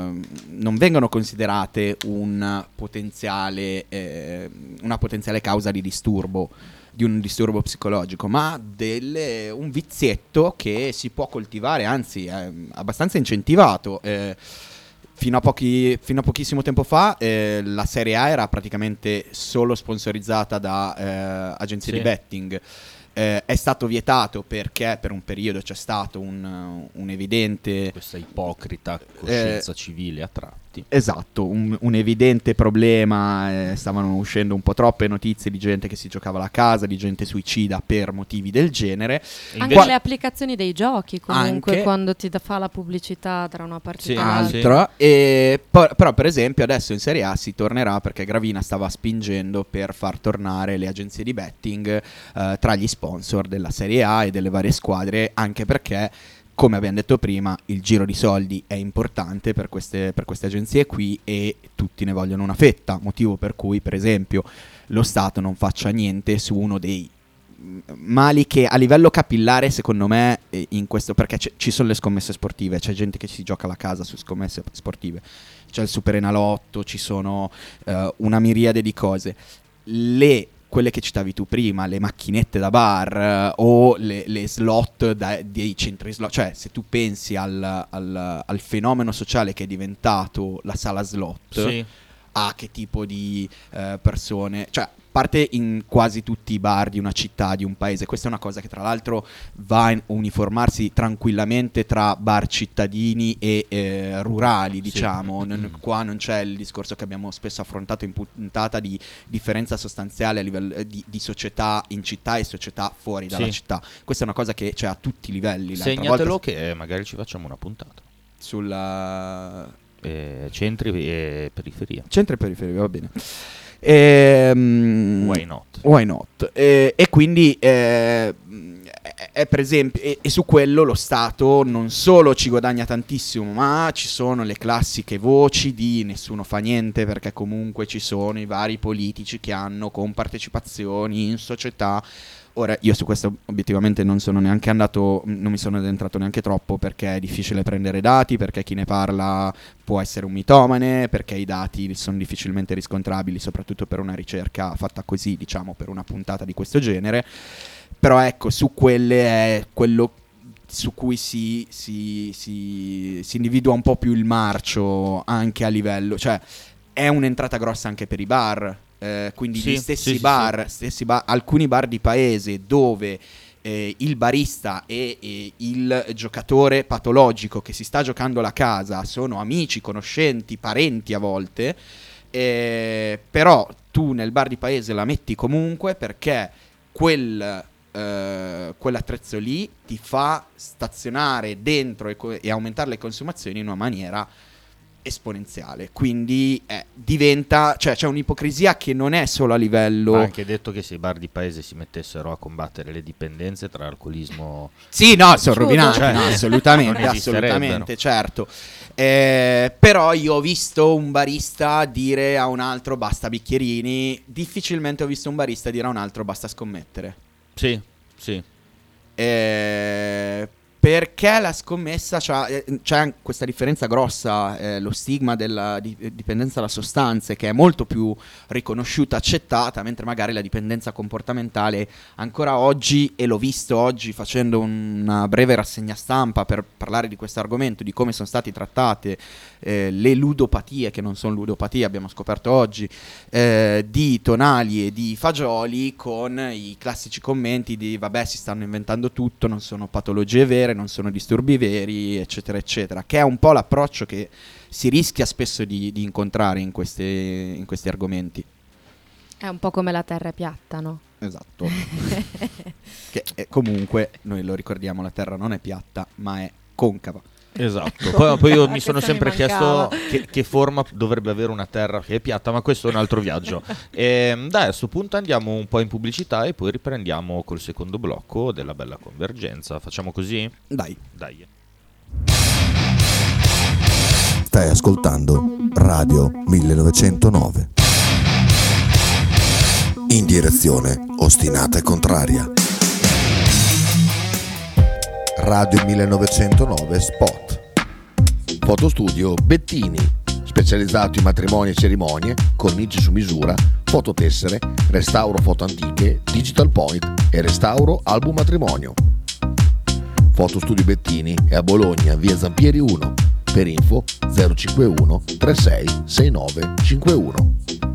non vengono considerate un potenziale eh, una potenziale causa di disturbo, di un disturbo psicologico, ma delle, un vizietto che si può coltivare, anzi è abbastanza incentivato. Eh, fino a pochi, fino a pochissimo tempo fa eh, la Serie A era praticamente solo sponsorizzata da eh, agenzie Sì. di betting. Eh, è stato vietato perché per un periodo c'è stato un, un evidente Questa ipocrita coscienza civile a tratti. esatto, un, un evidente problema. Eh, stavano uscendo un po' troppe notizie di gente che si giocava la casa, di gente suicida per motivi del genere. E Anche invece- le applicazioni dei giochi, comunque, Anche- quando ti da- fa la pubblicità tra una partita Sì, e l'altra. sì. Altro, e po- però per esempio adesso in Serie A si tornerà perché Gravina stava spingendo per far tornare le agenzie di betting eh, tra gli sponsor della Serie A e delle varie squadre, anche perché, come abbiamo detto prima, il giro di soldi è importante per queste, per queste agenzie qui e tutti ne vogliono una fetta, motivo per cui per esempio lo Stato non faccia niente su uno dei mh, mali che a livello capillare secondo me eh, in questo, perché c- ci sono le scommesse sportive, c'è gente che si gioca la casa su scommesse sportive, c'è il Super Enalotto, ci sono eh, una miriade di cose. Le quelle che citavi tu prima, le macchinette da bar eh, o le, le slot da- dei centri slot, cioè se tu pensi al, al- al fenomeno sociale che è diventato la sala slot, Sì. a che tipo di eh, persone, cioè parte in quasi tutti i bar di una città, di un paese. Questa è una cosa che tra l'altro va a uniformarsi tranquillamente tra bar cittadini e eh, rurali, diciamo. Non- qua non c'è il discorso che abbiamo spesso affrontato in puntata di differenza sostanziale a livello eh, di, di società in città e società fuori dalla Sì. città. Questa è una cosa che c'è a tutti i livelli. L'altra Segnatelo volta che magari ci facciamo una puntata. sulla Eh, centri e periferia. centro e periferia, va bene. Ehm, Why not? Why not? Eh, e quindi eh, è per esempio, e, e su quello lo Stato non solo ci guadagna tantissimo, ma ci sono le classiche voci di nessuno fa niente, perché comunque ci sono i vari politici che hanno compartecipazioni in società. Ora, io su questo obiettivamente non sono neanche andato, non mi sono addentrato neanche troppo, perché è difficile prendere dati, perché chi ne parla può essere un mitomane, perché i dati sono difficilmente riscontrabili, soprattutto per una ricerca fatta così, diciamo, per una puntata di questo genere. Però ecco, su quelle è quello su cui si, si, si, si individua un po' più il marcio, anche a livello, cioè è un'entrata grossa anche per i bar. Eh, quindi sì, gli stessi sì, bar, sì. stessi bar, alcuni bar di paese dove eh, il barista e, e il giocatore patologico che si sta giocando la casa sono amici, conoscenti, parenti a volte, eh, però tu nel bar di paese la metti comunque, perché quel, eh, quell'attrezzo lì ti fa stazionare dentro e, co- e aumentare le consumazioni in una maniera esponenziale, quindi eh, diventa, cioè c'è un'ipocrisia che non è solo a livello. Ma anche detto che se i bar di paese si mettessero a combattere le dipendenze tra alcolismo, sì, no, sono rovinati, cioè, no, assolutamente, non assolutamente, certo. Eh, però io ho visto un barista dire a un altro basta bicchierini, difficilmente ho visto un barista dire a un altro basta scommettere. sì, sì. Eh, perché la scommessa c'ha, eh, c'è questa differenza grossa, eh, lo stigma della di- dipendenza da sostanze, che è molto più riconosciuta, accettata, mentre magari la dipendenza comportamentale ancora oggi, e l'ho visto oggi facendo una breve rassegna stampa per parlare di questo argomento, di come sono state trattate eh, le ludopatie, che non sono ludopatie, abbiamo scoperto oggi, eh, di Tonali e di Fagioli, con i classici commenti di vabbè, si stanno inventando tutto, non sono patologie vere, non sono disturbi veri, eccetera eccetera, che è un po' l'approccio che si rischia spesso di, di incontrare in, queste, in questi argomenti. È un po' come la terra è piatta, no? Esatto. Che è, comunque noi lo ricordiamo, la terra non è piatta ma è concava. Esatto. Poi, poi io mi Questa sono mi sempre mancava. chiesto che, che forma dovrebbe avere una terra che è piatta, ma questo è un altro viaggio. E, dai, a questo punto andiamo un po' in pubblicità e poi riprendiamo col secondo blocco della bella convergenza. Facciamo così? Dai. Dai. Stai ascoltando Radio millenovecentonove. In direzione ostinata e contraria. Radio millenovecentonove Spot. Fotostudio Bettini, specializzato in matrimoni e cerimonie, cornici su misura, fototessere, restauro foto antiche, digital point e restauro album matrimonio. Fotostudio Bettini è a Bologna, via Zampieri uno. Per info zero cinquantuno trentasei sessantanove cinquantuno.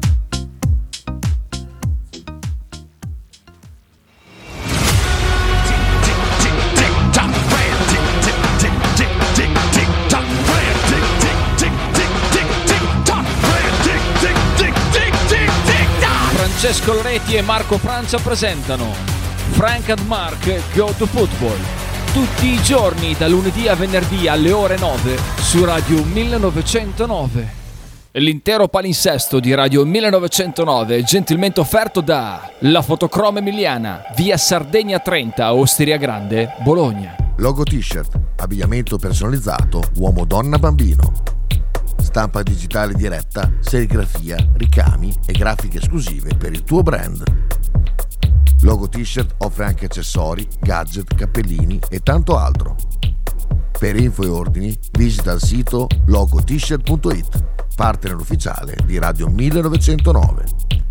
Francesco Loretti e Marco Francia presentano Frank and Mark Go to Football, tutti i giorni da lunedì a venerdì alle ore nove su Radio millenovecentonove. L'intero palinsesto di Radio millenovecentonove è gentilmente offerto da La Fotocroma Emiliana, via Sardegna trenta, Osteria Grande, Bologna. Logo t-shirt, abbigliamento personalizzato, uomo, donna, bambino. Stampa digitale diretta, serigrafia, ricami e grafiche esclusive per il tuo brand. Logo t-shirt offre anche accessori, gadget, cappellini e tanto altro. Per info e ordini visita il sito logo t shirt punto it, partner ufficiale di Radio millenovecentonove.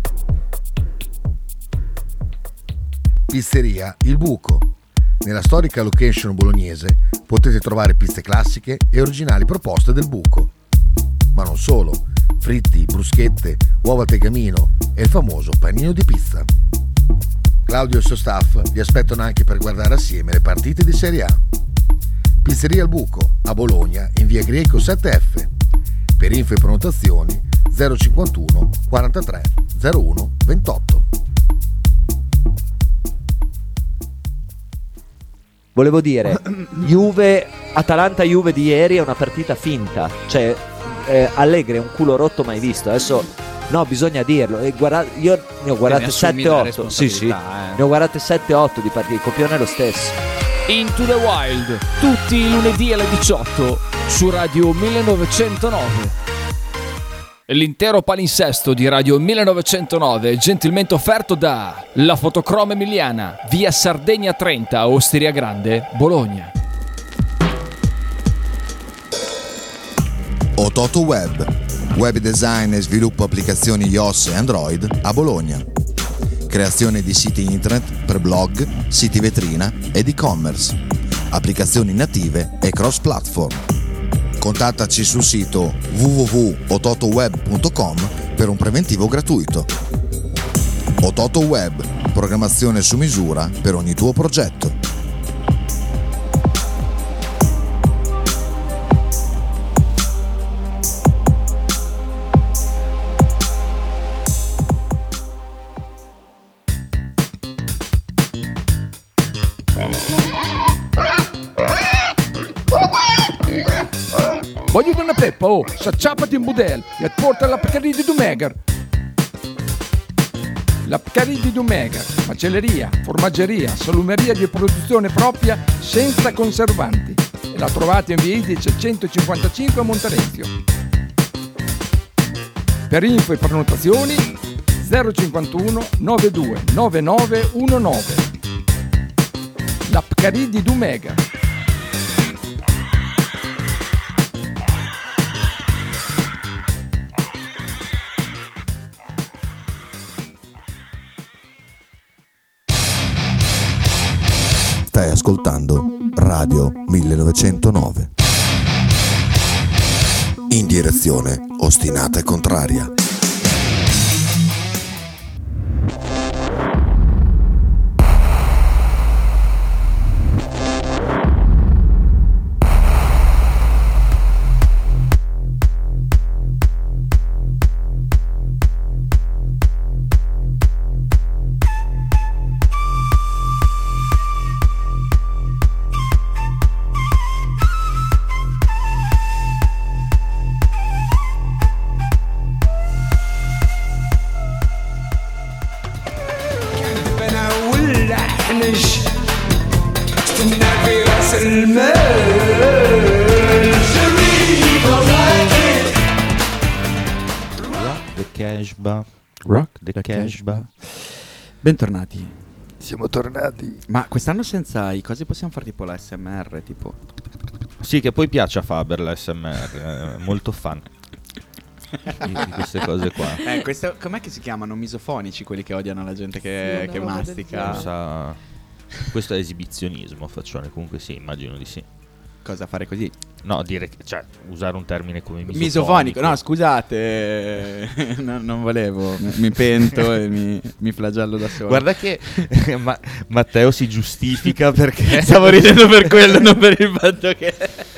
Pizzeria Il Buco. Nella storica location bolognese potete trovare piste classiche e originali proposte del buco. Ma non solo, fritti, bruschette, uova al tegamino e il famoso panino di pizza. Claudio e il suo staff vi aspettano anche per guardare assieme le partite di Serie A. Pizzeria Il Buco, a Bologna, in via Greco sette F. Per info e prenotazioni zero cinquantuno quarantatré zero uno ventotto. Volevo dire, Juve, Atalanta-Juve di ieri è una partita finta, cioè eh, Allegri è un culo rotto mai visto. Adesso No, bisogna dirlo. E guarda, io ne ho guardate sette otto. Sì, sì. Eh. Ne ho guardate sette otto di partite. Il copione è lo stesso. Into the Wild, tutti i lunedì alle diciotto su Radio millenovecentonove. L'intero palinsesto di Radio millenovecentonove è gentilmente offerto da La Fotocroma Emiliana, via Sardegna trenta, Osteria Grande, Bologna. Ototo Web, web design e sviluppo applicazioni iOS e Android a Bologna. Creazione di siti internet per blog, siti vetrina ed e-commerce, applicazioni native e cross-platform. Contattaci sul sito w w w punto ototoweb punto com per un preventivo gratuito. Ototo Web, programmazione su misura per ogni tuo progetto. Voglio una peppa, oh, s'acciappati in budel e porta la Pcaridi di Dumegar. La Pcaridi di Dumegar, macelleria, formaggeria, salumeria di produzione propria senza conservanti. E la trovate in via Idice centocinquantacinque a Monterezio. Per info e prenotazioni zero cinquantuno novantadue novantanove diciannove. La Pcaridi di Dumegar. Stai ascoltando Radio millenovecentonove. In direzione ostinata e contraria. Rock the Casbah. Bentornati. Siamo tornati. Ma quest'anno senza i cosi possiamo fare tipo la S M R, tipo. Sì, che poi piace a Faber la S M R, è molto fan di, di queste cose qua. Eh, questo, com'è che si chiamano? Misofonici, quelli che odiano la gente che, Sì, che una roba del mastica. Lo sa- questo è esibizionismo, faccione, comunque sì, immagino di sì. Cosa fare così? No, dire che, cioè, usare un termine come misofonico. Misofonico, no, scusate, no, non volevo, mi, mi pento e mi, mi flagello da solo. Guarda che ma- Matteo si giustifica perché stavo ridendo per quello, non per il fatto che...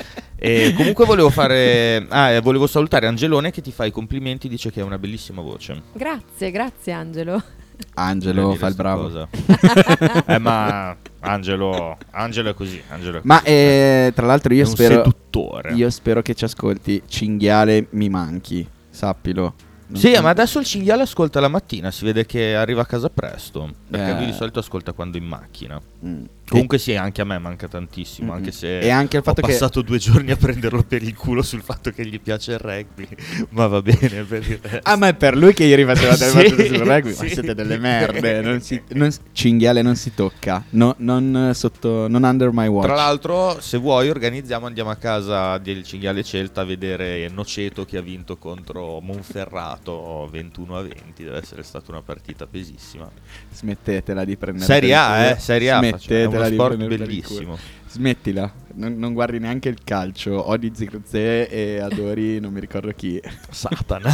E comunque volevo fare ah, eh, volevo salutare Angelone che ti fa i complimenti, dice che è una bellissima voce. Grazie, grazie Angelo. Angelo Voglio fa il dire bravo. sta cosa. eh, ma Angelo Angelo è così, Angelo è Ma così. eh, tra l'altro io È un spero seduttore. Io spero che ci ascolti. Cinghiale mi manchi, sappilo. Non Sì, so- ma adesso il cinghiale ascolta la mattina, si vede che arriva a casa presto, perché Eh. lui di solito ascolta quando in macchina. Mm. Comunque sì, anche a me manca tantissimo, Mm-mm. anche se E anche il fatto ho che- passato due giorni a prenderlo per il culo sul fatto che gli piace il rugby, ma va bene per il resto. Ah, ma è per lui che ieri facevate le Sì, battute sul rugby. Ma sì. siete delle merde. Non si, non, cinghiale non si tocca. No, non sotto. Non under my watch. Tra l'altro, se vuoi organizziamo, andiamo a casa del cinghiale Celta a vedere Noceto che ha vinto contro Monferrato ventuno a venti. Deve essere stata una partita pesissima. Smettetela di prendere. Serie per il A, culo. eh, Serie A, faccio- è Smettetela uno di sport prendere per il bellissimo. culo. Smettila. Non, non guardi neanche il calcio. Odi Zirze e adori non mi ricordo chi. Satana.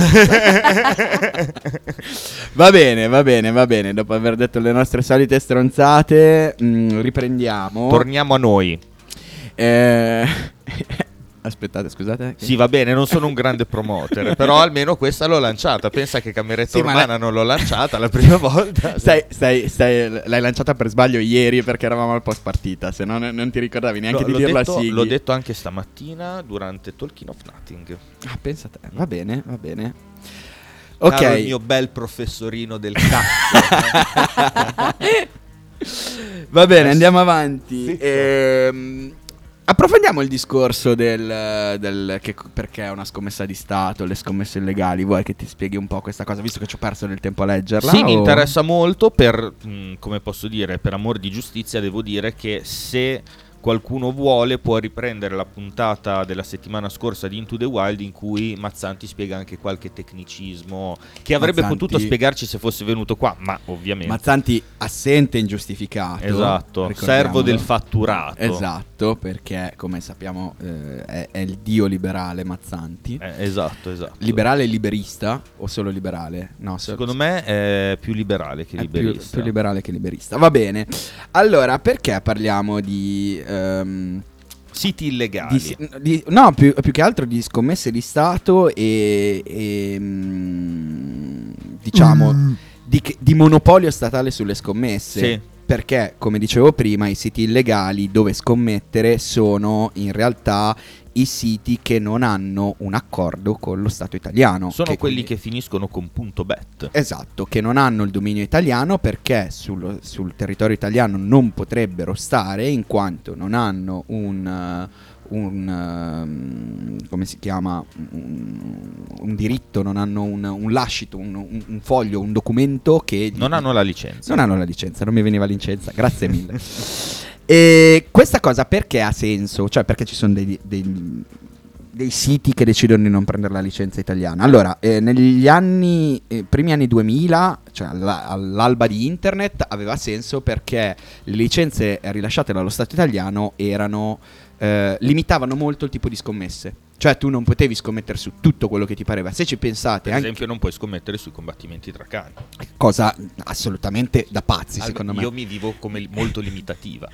Va bene, va bene, va bene. Dopo aver detto le nostre solite stronzate, mh, riprendiamo. Torniamo a noi. Eh, Aspettate, scusate. Sì, va bene, non sono un grande promoter, però almeno questa l'ho lanciata. Pensa che Cameretta Sì, ma Urbana lei- non l'ho lanciata la prima volta. Stai, stai, stai, l'hai lanciata per sbaglio ieri perché eravamo al post partita. Se no, non ti ricordavi neanche No, di l'ho dirlo detto, a Sighi. l'ho detto anche stamattina durante Talking of Nothing. Ah, pensa te. Va bene, va bene. Ok. Caro il mio bel professorino del cazzo. Va bene, andiamo avanti. Sì. Ehm, approfondiamo il discorso del, del che, perché è una scommessa di Stato, le scommesse illegali. Vuoi che ti spieghi un po' questa cosa, visto che ci ho perso del tempo a leggerla? Sì, o? mi interessa molto per, mh, come posso dire, per amor di giustizia devo dire che se qualcuno vuole può riprendere la puntata della settimana scorsa di Into the Wild in cui Mazzanti spiega anche qualche tecnicismo che avrebbe Mazzanti, potuto spiegarci se fosse venuto qua, ma ovviamente Mazzanti assente ingiustificato. Esatto, servo del fatturato. Esatto, perché come sappiamo eh, è, è il dio liberale Mazzanti. eh, Esatto, esatto. Liberale e liberista o solo liberale? No, secondo me è più liberale che è liberista. Più, più liberale che liberista. Va bene. Allora, perché parliamo di Um, siti illegali? Di, di, no, più, più che altro di scommesse di Stato e, e mm, diciamo mm. di, di monopolio statale sulle scommesse. Sì. Perché, come dicevo prima, i siti illegali dove scommettere sono in realtà i siti che non hanno un accordo con lo Stato italiano. Sono che quelli quindi, che finiscono con punto .bet. Esatto, che non hanno il dominio italiano perché sul, sul territorio italiano non potrebbero stare in quanto non hanno un... un uh, come si chiama un, un diritto, non hanno un, un lascito, un, un, un foglio, un documento che non gli, hanno la licenza. Non hanno la licenza, non mi veniva licenza, grazie mille. E questa cosa perché ha senso? Cioè perché ci sono dei, dei, dei siti che decidono di non prendere la licenza italiana. Allora, eh, negli anni eh, primi anni duemila, cioè alla, all'alba di internet, aveva senso perché le licenze rilasciate dallo Stato italiano erano eh, limitavano molto il tipo di scommesse. Cioè tu non potevi scommettere su tutto quello che ti pareva. Se ci pensate, per anche esempio non puoi scommettere sui combattimenti tra cani. Cosa assolutamente da pazzi, Allora, secondo me. Io mi vivo come molto limitativa.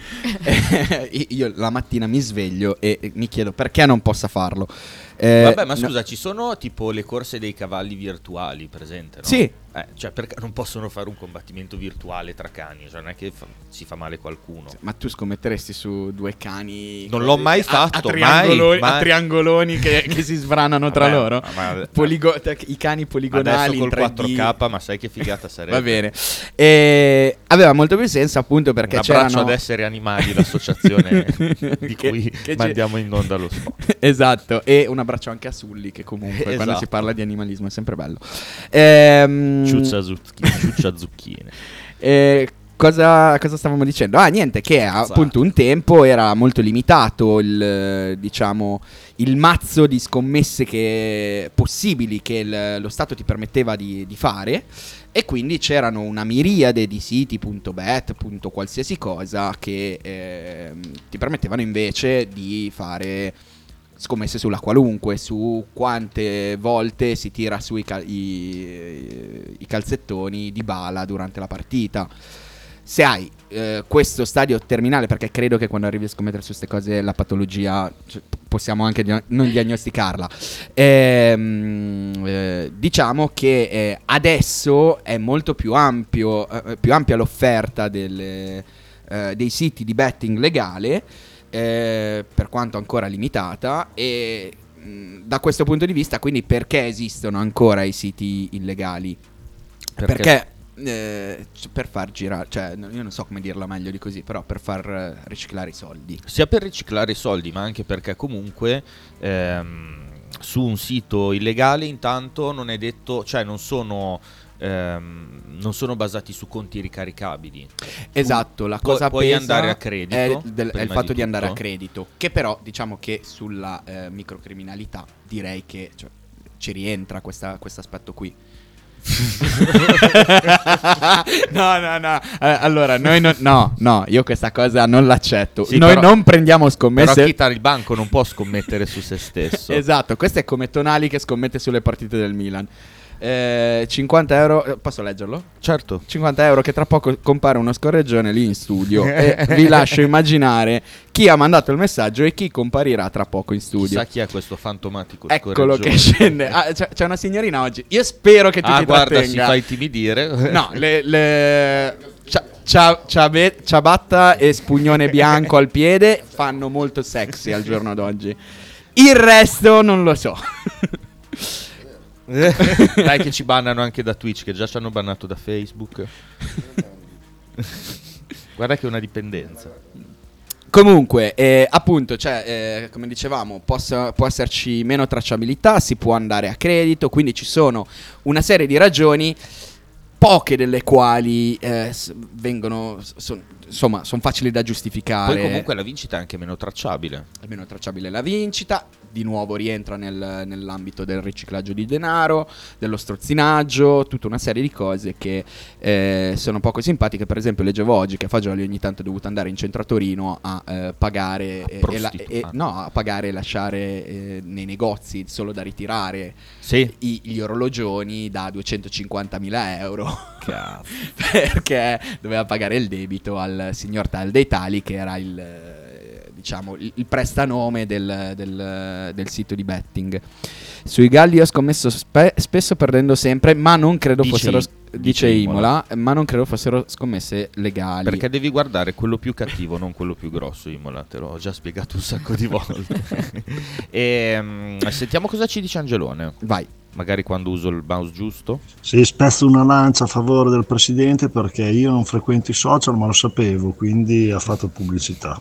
Io la mattina mi sveglio e mi chiedo perché non possa farlo. Eh, Vabbè, ma no. scusa, ci sono tipo le corse dei cavalli virtuali, presente, no? Sì. Eh, cioè perché non possono fare un combattimento virtuale tra cani? Cioè non è che fa- si fa male qualcuno. Ma tu scommetteresti su due cani? Non l'ho mai fatto, a, a triangoloni, mai, mai. a triangoloni che, che si sbranano tra Vabbè, loro. ma, Poligo- I cani poligonali adesso col in tre D. quattro K, ma sai che figata sarebbe. Va bene. E aveva molto più senso appunto perché un c'erano... abbraccio ad Esseri Animali, l'associazione di che, cui che mandiamo in onda lo spot. Esatto, e un abbraccio anche a Sulli che comunque Esatto. quando si parla di animalismo è sempre bello. Ehm... Ciuccia, zucchine, ciuccia zucchine. Eh, cosa, cosa stavamo dicendo? Ah, niente, che Esatto. appunto un tempo era molto limitato il, diciamo, il mazzo di scommesse che, possibili che il, lo Stato ti permetteva di, di fare. E quindi c'erano una miriade di siti, punto bet, punto qualsiasi cosa, che eh, ti permettevano invece di fare scommesse sulla qualunque, su quante volte si tira su i, cal- i, i calzettoni di bala durante la partita. Se hai eh, questo stadio terminale, perché credo che quando arrivi a scommettere su queste cose la patologia, cioè, possiamo anche dia- non diagnosticarla, ehm, eh, diciamo che eh, adesso è molto più ampio, eh, più ampia l'offerta delle, eh, dei siti di betting legale, eh, per quanto ancora limitata, e mh, da questo punto di vista quindi perché esistono ancora i siti illegali? Perché, perché eh, per far girare, cioè io non so come dirla meglio di così, però per far eh, riciclare i soldi. sia per riciclare i soldi, ma anche perché comunque ehm, su un sito illegale intanto non è detto, cioè non sono ehm, non sono basati su conti ricaricabili. Esatto, la Pu- cosa puoi pesa andare a credito, è, del- è il prima fatto di di andare a tutto. credito, che però diciamo che sulla eh, microcriminalità direi che cioè, ci rientra questa, questo aspetto qui. no no no eh, allora noi non, no no io questa cosa non l'accetto. Sì, noi però- non prendiamo scommesse. Però chi sta il banco non può scommettere su se stesso. Esatto, questo è come Tonali che scommette sulle partite del Milan. Eh, cinquanta euro, eh, posso leggerlo? Certo. cinquanta euro che tra poco compare uno scorreggione lì in studio e vi lascio immaginare chi ha mandato il messaggio e chi comparirà tra poco in studio. Chissà chi è questo fantomatico Eccolo che scorreggione. scende. Ah, c'è, c'è una signorina oggi. Io spero che tu Ah, ti guarda, si trattenga. fa intimidire. No, le, le... Cia- cia- ciabe- ciabatta e spugnone bianco al piede fanno molto sexy al giorno d'oggi. Il resto non lo so. Dai che ci bannano anche da Twitch, che già ci hanno bannato da Facebook. Guarda che è una dipendenza. Comunque, eh, appunto, cioè, eh, come dicevamo, possa, può esserci meno tracciabilità, si può andare a credito, quindi ci sono una serie di ragioni, poche delle quali eh, vengono, son, insomma, sono facili da giustificare. Poi comunque la vincita è anche meno tracciabile. È meno tracciabile la vincita, di nuovo rientra nel, nell'ambito del riciclaggio di denaro, dello strozzinaggio, tutta una serie di cose che eh, sono poco simpatiche. Per esempio leggevo oggi che Fagioli ogni tanto è dovuto andare in centro a Torino a eh, pagare e, e, la, e, no, a pagare e lasciare eh, nei negozi solo da ritirare sì. i, gli orologioni da duecentocinquantamila euro perché doveva pagare il debito al signor tal dei tali, che era il diciamo il, il prestanome del, del, del sito di betting. Sui galli ho scommesso spe- spesso perdendo sempre, ma non credo dice, fossero dice, dice Imola, ma non credo fossero scommesse legali. Perché devi guardare quello più cattivo, non quello più grosso. Imola, te l'ho già spiegato un sacco di volte. E um, sentiamo cosa ci dice Angelone. Vai. Magari quando uso il mouse giusto. Sì, spezzo una lancia a favore del presidente, perché io non frequento i social, ma lo sapevo, quindi ha fatto pubblicità.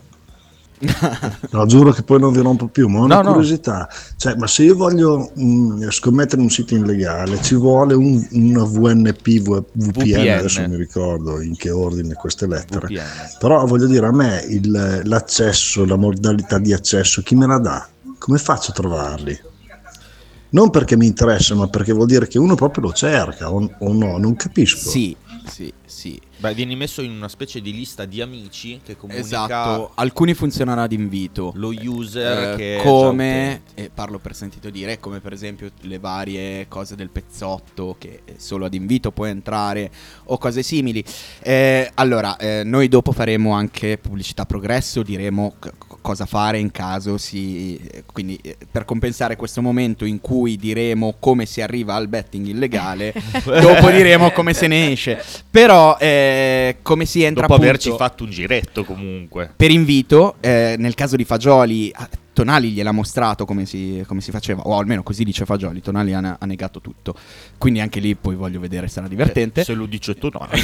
No, giuro che poi non vi rompo più, ma ho una no, curiosità, no. Cioè, ma se io voglio mh, scommettere in un sito illegale, ci vuole un, una V N P, v, V P N, V P N, adesso non mi ricordo in che ordine queste lettere, V P N. Però voglio dire, a me il, l'accesso, la modalità di accesso, chi me la dà? Come faccio a trovarli? Non perché mi interessa, ma perché vuol dire che uno proprio lo cerca, o, o no, non capisco. Sì, sì, sì. Beh, vieni messo in una specie di lista di amici che comunica. Esatto, alcuni funzionano ad invito. Lo user eh, che come, e parlo per sentito dire, come per esempio le varie cose del pezzotto che solo ad invito puoi entrare o cose simili. Eh, allora, eh, noi dopo faremo anche pubblicità progresso, diremo c- cosa fare in caso si... Quindi eh, per compensare questo momento in cui diremo come si arriva al betting illegale, dopo diremo come se ne esce. Però... Eh, come si entra dopo appunto, averci fatto un giretto comunque per invito, eh, nel caso di Fagioli Tonali gliel'ha mostrato come si, come si faceva, o almeno così dice Fagioli. Tonali ha, ha negato tutto, quindi anche lì poi voglio vedere, sarà divertente. eh, se lo dice Tonali.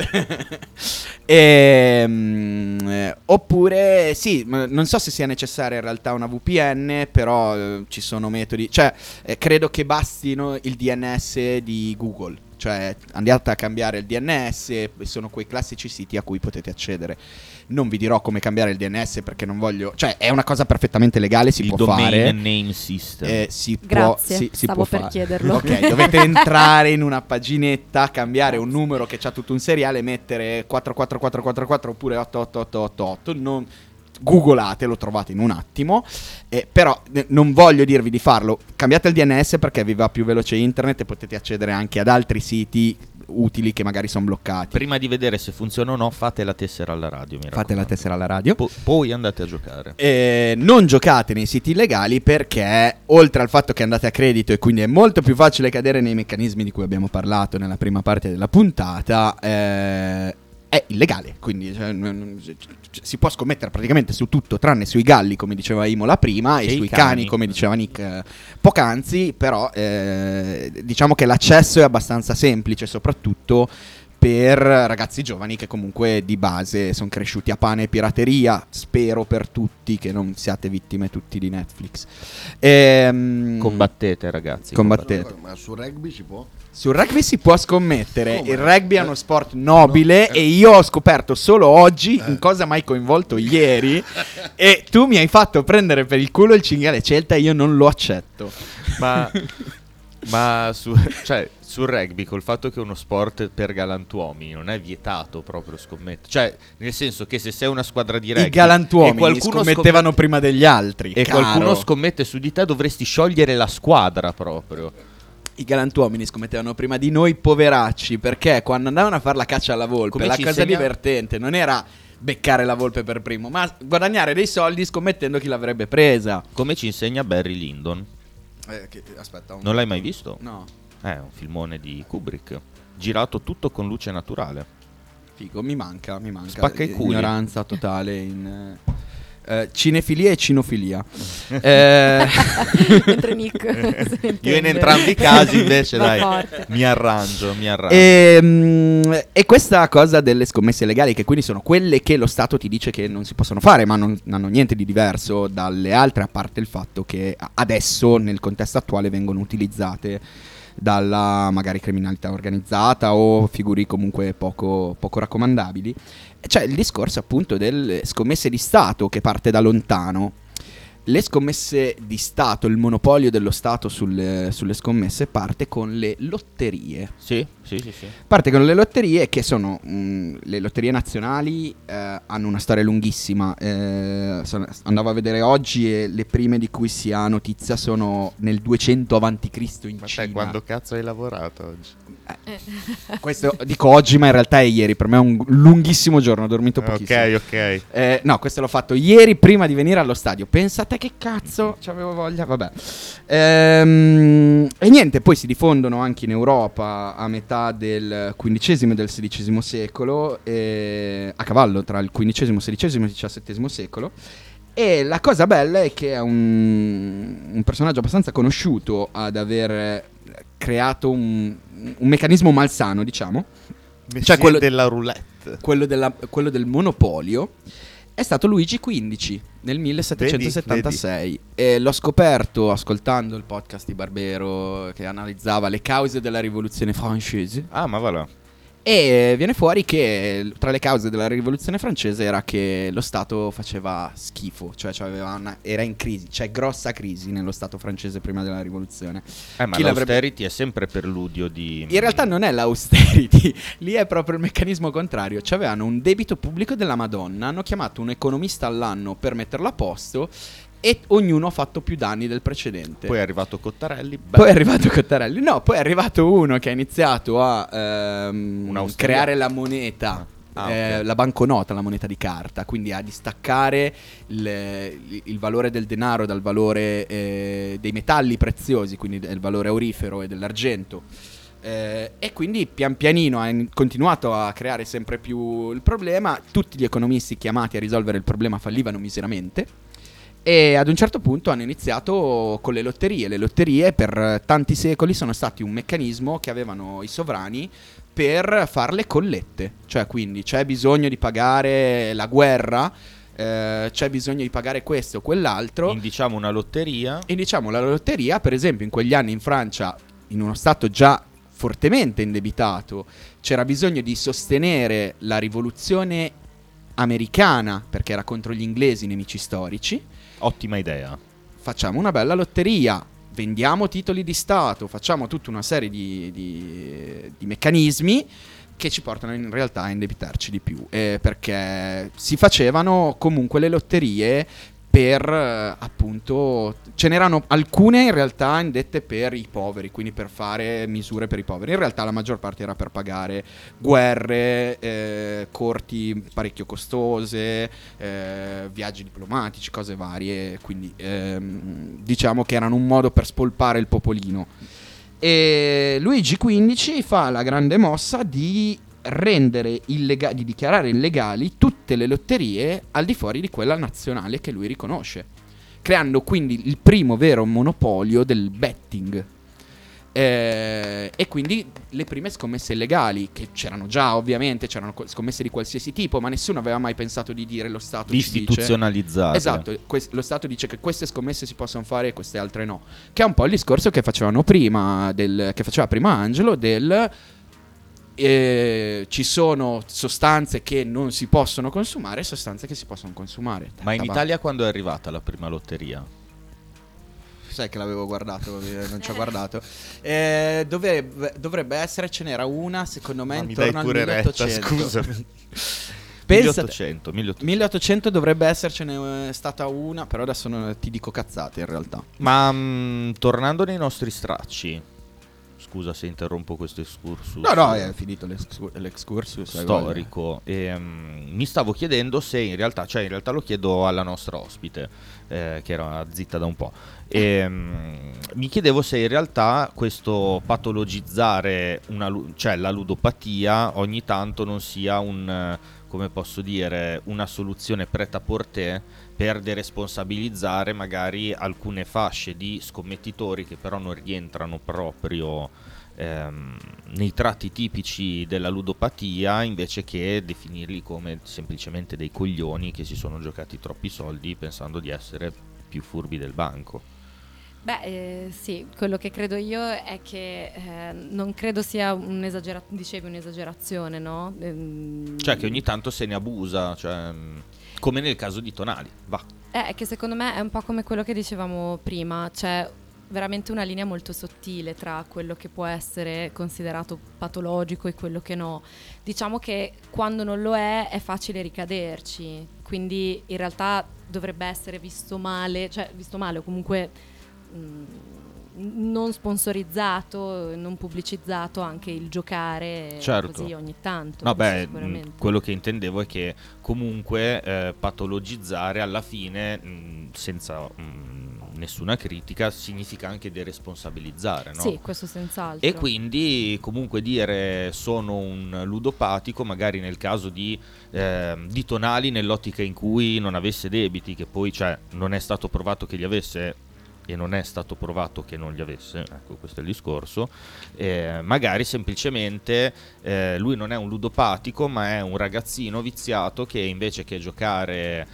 e, mh, oppure sì, non so se sia necessaria in realtà una V P N, però eh, ci sono metodi, cioè eh, credo che bastino il D N S di Google. Cioè andate a cambiare il D N S, sono quei classici siti a cui potete accedere. Non vi dirò come cambiare il D N S perché non voglio, cioè è una cosa perfettamente legale, si il può fare. Il domain name system. Eh, si Grazie, può, si, si stavo può per fare. chiederlo. Ok, dovete entrare in una paginetta, cambiare un numero che c'ha tutto un seriale, mettere quattro quattro quattro quattro quattro oppure otto otto otto otto otto. Non googolate, lo trovate in un attimo, eh, però eh, non voglio dirvi di farlo. Cambiate il D N S perché vi va più veloce internet e potete accedere anche ad altri siti utili che magari sono bloccati. Prima di vedere se funziona o no, fate la tessera alla radio, mi fate la tessera alla radio, po- poi andate a giocare. Eh, non giocate nei siti illegali perché oltre al fatto che andate a credito e quindi è molto più facile cadere nei meccanismi di cui abbiamo parlato nella prima parte della puntata, eh, è illegale, quindi cioè, non, cioè, si può scommettere praticamente su tutto tranne sui galli, come diceva Imola prima, e, e sui cani. cani, come diceva Nick eh, poc'anzi. Però eh, diciamo che l'accesso è abbastanza semplice, soprattutto per ragazzi giovani che comunque di base sono cresciuti a pane e pirateria. Spero per tutti che non siate vittime tutti di Netflix. Ehm, combattete ragazzi, combattete. combattete. Ma sul rugby si può? Sul rugby si può scommettere. Oh, il rugby eh, è uno sport nobile no, eh. e io ho scoperto solo oggi eh. in cosa mai coinvolto ieri e tu mi hai fatto prendere per il culo il cinghiale Celta e io non lo accetto. Ma, ma su, cioè, sul rugby, col fatto che è uno sport per galantuomini, non è vietato proprio scommettere. Cioè, nel senso che se sei una squadra di rugby, i galantuomini scommettevano scommette, prima degli altri e caro. qualcuno scommette su di te, dovresti sciogliere la squadra proprio. I galantuomini scommettevano prima di noi poveracci, perché quando andavano a fare la caccia alla volpe, come la cosa insegna... divertente non era beccare la volpe per primo, ma guadagnare dei soldi scommettendo chi l'avrebbe presa. Come ci insegna Barry Lyndon. Eh, che, aspetta, un... Non l'hai mai visto? No. È un filmone di Kubrick, girato tutto con luce naturale. Figo, mi manca, mi manca. Spacca i culi. Ignoranza totale in... Uh, cinefilia e cinofilia. eh... Mentre Nick io in entrambi i casi invece dai forte. mi arrangio, mi arrangio. E, um, e questa cosa delle scommesse legali, che quindi sono quelle che lo Stato ti dice che non si possono fare, ma non, non hanno niente di diverso dalle altre, a parte il fatto che adesso nel contesto attuale vengono utilizzate dalla magari criminalità organizzata o figure comunque poco, poco raccomandabili. C'è il discorso appunto delle scommesse di Stato, che parte da lontano. Le scommesse di Stato, il monopolio dello Stato sulle, sulle scommesse parte con le lotterie. Sì, sì, sì, sì. Parte con le lotterie, che sono mh, le lotterie nazionali, eh, hanno una storia lunghissima. Eh, sono, andavo a vedere oggi e le prime di cui si ha notizia sono nel duecento avanti Cristo in ma Cina. Ma quando cazzo hai lavorato oggi? Eh, questo dico oggi, ma in realtà è ieri. Per me è un lunghissimo giorno, ho dormito pochissimo. Ok, ok. Eh, no, questo l'ho fatto ieri prima di venire allo stadio. Pensate che cazzo, c'avevo voglia, vabbè. Ehm, e niente, poi si diffondono anche in Europa a metà del quindicesimo e del sedicesimo secolo, eh, a cavallo tra il quindicesimo, sedicesimo e il diciassettesimo secolo. E la cosa bella è che è un, un personaggio abbastanza conosciuto ad aver creato un, un meccanismo malsano, diciamo. Messier cioè quello della roulette. Quello, della, quello del monopolio. È stato Luigi quindici nel millesettecentosettantasei. Vedi, vedi. E l'ho scoperto ascoltando il podcast di Barbero che analizzava le cause della rivoluzione francese. Ah, ma voilà. E viene fuori che tra le cause della rivoluzione francese era che lo Stato faceva schifo, cioè, cioè aveva una, era in crisi, c'è grossa crisi nello Stato francese prima della rivoluzione. Eh, ma Chi l'austerity è sempre preludio di... In realtà non è l'austerity, lì è proprio il meccanismo contrario. Cioè avevano un debito pubblico della Madonna, hanno chiamato un economista all'anno per metterlo a posto e ognuno ha fatto più danni del precedente. Poi è arrivato Cottarelli. Beh. Poi è arrivato Cottarelli. No, poi è arrivato uno che ha iniziato a ehm, creare la moneta, ah, eh, okay. la banconota, la moneta di carta, quindi a distaccare il, il valore del denaro dal valore eh, dei metalli preziosi, quindi del valore aurifero e dell'argento. Eh, e quindi pian pianino ha in- continuato a creare sempre più il problema. Tutti gli economisti chiamati a risolvere il problema fallivano miseramente. E ad un certo punto hanno iniziato con le lotterie. Le lotterie per tanti secoli sono stati un meccanismo che avevano i sovrani per fare le collette. Cioè, quindi c'è bisogno di pagare la guerra, eh, c'è bisogno di pagare questo o quell'altro. Indiciamo una lotteria. Indiciamo la lotteria, per esempio in quegli anni in Francia, in uno stato già fortemente indebitato, c'era bisogno di sostenere la rivoluzione americana perché era contro gli inglesi, nemici storici. Ottima idea. Facciamo una bella lotteria, vendiamo titoli di Stato, facciamo tutta una serie di, di, di meccanismi che ci portano in realtà a indebitarci di più, eh, perché si facevano comunque le lotterie per eh, appunto, ce n'erano alcune in realtà indette per i poveri, quindi per fare misure per i poveri. In realtà la maggior parte era per pagare guerre, eh, corti parecchio costose, eh, viaggi diplomatici, cose varie, quindi ehm, diciamo che erano un modo per spolpare il popolino. E Luigi quindici fa la grande mossa di rendere illega- di dichiarare illegali tutte le lotterie al di fuori di quella nazionale che lui riconosce, creando quindi il primo vero monopolio del betting. Eh, e quindi le prime scommesse illegali, che c'erano già ovviamente, c'erano scommesse di qualsiasi tipo, ma nessuno aveva mai pensato di dire lo Stato di ci istituzionalizzare. Dice, esatto, que- lo Stato dice che queste scommesse si possono fare e queste altre no, che è un po' il discorso che facevano prima del, che faceva prima Angelo del eh, ci sono sostanze che non si possono consumare e sostanze che si possono consumare. Ma in Tabà. Italia quando è arrivata la prima lotteria? Sai che l'avevo guardato, non ci ho guardato. Eh, dovrebbe, dovrebbe essere, ce n'era una, secondo me, Ma intorno al milleottocento. Retta, scusami. milleottocento, milleottocento. milleottocento dovrebbe essercene stata una, però adesso non, ti dico cazzate in realtà. Ma mh, tornando nei nostri stracci, scusa se interrompo questo excursus. No, no, è finito l'excursus, l'excursus storico. E, um, mi stavo chiedendo se in realtà, cioè in realtà lo chiedo alla nostra ospite, eh, che era zitta da un po'. E, um, mi chiedevo se in realtà questo patologizzare una, cioè la ludopatia ogni tanto non sia un, come posso dire, una soluzione prêt-à-porter per deresponsabilizzare magari alcune fasce di scommettitori che però non rientrano proprio ehm, nei tratti tipici della ludopatia, invece che definirli come semplicemente dei coglioni che si sono giocati troppi soldi pensando di essere più furbi del banco. Beh, eh, sì, quello che credo io è che eh, non credo sia un'esagera- dicevi un'esagerazione, no? Ehm... Cioè che ogni tanto se ne abusa, cioè, come nel caso di Tonali, va. Eh, è che secondo me è un po' come quello che dicevamo prima, c'è veramente una linea molto sottile tra quello che può essere considerato patologico e quello che no. Diciamo che quando non lo è è facile ricaderci, quindi in realtà dovrebbe essere visto male, cioè visto male o comunque non sponsorizzato, non pubblicizzato anche il giocare, certo, così ogni tanto. No, beh, quello che intendevo è che comunque eh, patologizzare alla fine mh, senza mh, nessuna critica significa anche deresponsabilizzare, no? Sì, questo senz'altro. E quindi comunque dire sono un ludopatico, magari nel caso di, eh, di Tonali, nell'ottica in cui non avesse debiti, che poi cioè non è stato provato che li avesse e non è stato provato che non li avesse, ecco, questo è il discorso. Eh, magari semplicemente eh, lui non è un ludopatico, ma è un ragazzino viziato che invece che giocare